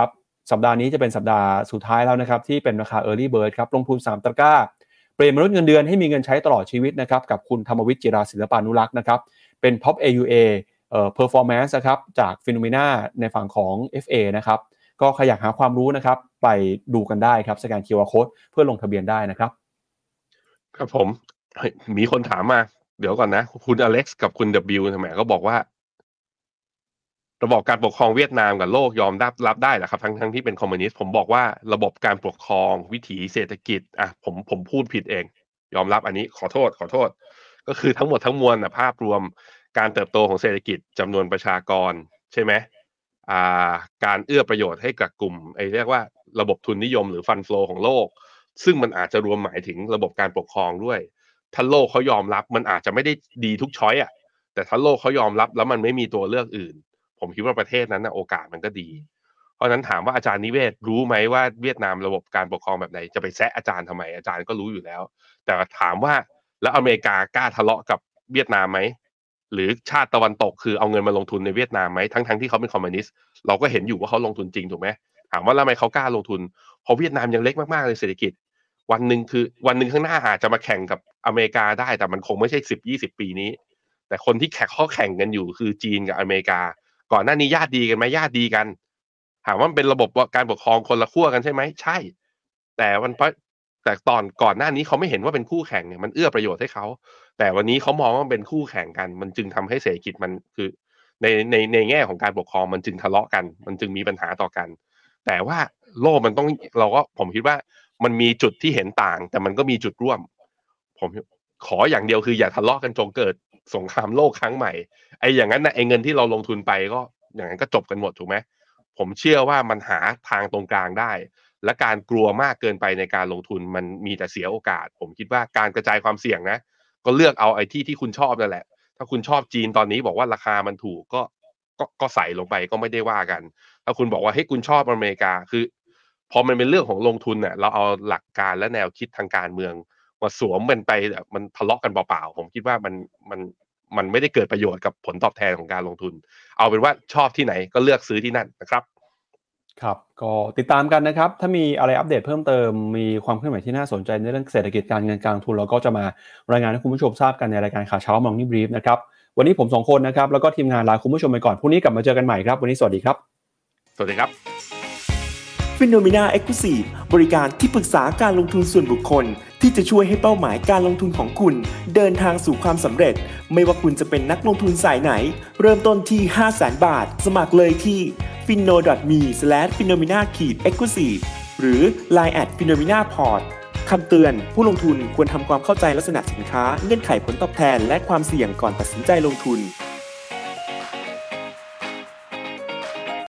สัปดาห์นี้จะเป็นสัปดาห์สุดท้ายแล้วนะครับที่เป็นราคา Early Bird ครับลงทุน3ตะกร้าเปลี่ยนมนุษย์เงินเดือนให้มีเงินใช้ตลอดชีวิตนะครับกับคุณธรรมวิทย์จิราศิลปานุรักษ์นะครับเป็น Top AUA Performance นะครับจาก Phenomena ในฝั่งของ FA นะครับก็ใครอยากหาความรู้นะครับไปดูกันได้ครับสแกน QR Code เพื่อลงทะเบียนได้นะครับครับผมมีคนถามมาเดี๋ยวก่อนนะคุณอเล็กซ์กับคุณ W ทำไมก็บอกว่าระบบการปกครองเวียดนามกับโลกยอมรับได้เหรอครับทั้งที่เป็นคอมมิวนิสต์ผมบอกว่าระบบการปกครองวิถีเศรษฐกิจผมพูดผิดเองยอมรับอันนี้ขอโทษก็คือทั้งหมดทั้งมวลภาพรวมการเติบโตของเศรษฐกิจจำนวนประชากรใช่ไหมการเอื้อประโยชน์ให้กับกลุ่มเรียกว่าระบบทุนนิยมหรือฟันโฟลของโลกซึ่งมันอาจจะรวมหมายถึงระบบการปกครองด้วยถ้าโลกเขายอมรับมันอาจจะไม่ได้ดีทุกช้อยแต่ถ้าโลกเขายอมรับแล้วมันไม่มีตัวเลือกอื่นผมคิดว่าประเทศนั้นโอกาสมันก็ดีเพราะฉะนั้นถามว่าอาจารย์นิเวศรู้ไหมว่าเวียดนามระบบการปกครองแบบไหนจะไปแซะอาจารย์ทำไมอาจารย์ก็รู้อยู่แล้วแต่ถามว่าแล้วอเมริกากล้าทะเลาะกับเวียดนามไหมหรือชาติตะวันตกคือเอาเงินมาลงทุนในเวียดนามไหมทั้งที่เขาเป็นคอมมิวนิสต์เราก็เห็นอยู่ว่าเขาลงทุนจริงถูกไหมถามว่าแล้วทำไมเขากล้าลงทุนเพราะเวียดนามยังเล็กมากๆเลยเศรษฐกิจวันหนึ่งข้างหน้าอาจจะมาแข่งกับอเมริกาได้แต่มันคงไม่ใช่10-20 ปีนี้แต่คนที่เขาแข่งกันอยู่คือจีนกับอเมริกาก่อนหน้านี้ญาติดีกันไหมญาติดีกันถามว่ามันเป็นระบบการปกครองคนละขั้วกันใช่ไหมใช่แต่ก่อนหน้านี้เขาไม่เห็นว่าเป็นคู่แข่งเนี่ยมันเอื้อประโยชน์ให้เขาแต่วันนี้เขามองว่าเป็นคู่แข่งกันมันจึงทำให้เศรษฐกิจมันคือในแง่ของการปกครองมันจึงทะเลาะกันมันจึงมีปัญหาต่อกันแต่ว่าโลกมันต้องผมคิดว่ามันมีจุดที่เห็นต่างแต่มันก็มีจุดร่วมผมขออย่างเดียวคืออย่าทะเลาะกันจนเกิดสงครามโลกครั้งใหม่อย่างนั้นนะเงินที่เราลงทุนไปก็อย่างนั้นก็จบกันหมดถูกไหมผมเชื่อว่ามันหาทางตรงกลางได้และการกลัวมากเกินไปในการลงทุนมันมีแต่เสียโอกาสผมคิดว่าการกระจายความเสี่ยงนะก็เลือกเอาที่คุณชอบนั่นแหละถ้าคุณชอบจีนตอนนี้บอกว่าราคามันถูกก็ใส่ลงไปก็ไม่ได้ว่ากันถ้าคุณบอกว่าให้คุณชอบอเมริกาคือพอมันเป็นเรื่องของลงทุนเนี่ยเราเอาหลักการและแนวคิดทางการเมืองมาสวมมันไปมันทะเลาะกันเปล่าๆผมคิดว่ามันไม่ได้เกิดประโยชน์กับผลตอบแทนของการลงทุนเอาเป็นว่าชอบที่ไหนก็เลือกซื้อที่นั่นนะครับครับก็ติดตามกันนะครับถ้ามีอะไรอัปเดตเพิ่มเติมมีความเคลื่อนไหวที่น่าสนใจในเรื่องเศรษฐกิจการเงินการลงทุนเราก็จะมารายงานให้คุณผู้ชมทราบกันในรายการข่าวเช้า Morning Brief นะครับวันนี้ผม2คนนะครับแล้วก็ทีมงานลาคุณผู้ชมไปก่อนพรุ่งนี้กลับมาเจอกันใหม่ครับวันนี้สวัสดีครับสวัสดีครับ Phenomena Exclusive บริการที่ปรึกษาการลงทุนส่วนบุคคลที่จะช่วยให้เป้าหมายการลงทุนของคุณเดินทางสู่ความสำเร็จไม่ว่าคุณจะเป็นนักลงทุนสายไหนเริ่มต้นที่ 500,000 บาทสมัครเลยที่ finno.me/phenomena-exclusive หรือ Line @phenomena-port คำเตือนผู้ลงทุนควรทำความเข้าใจลักษณะสินค้าเงื่อนไขผลตอบแทนและความเสี่ยงก่อนตัดสินใจลงทุน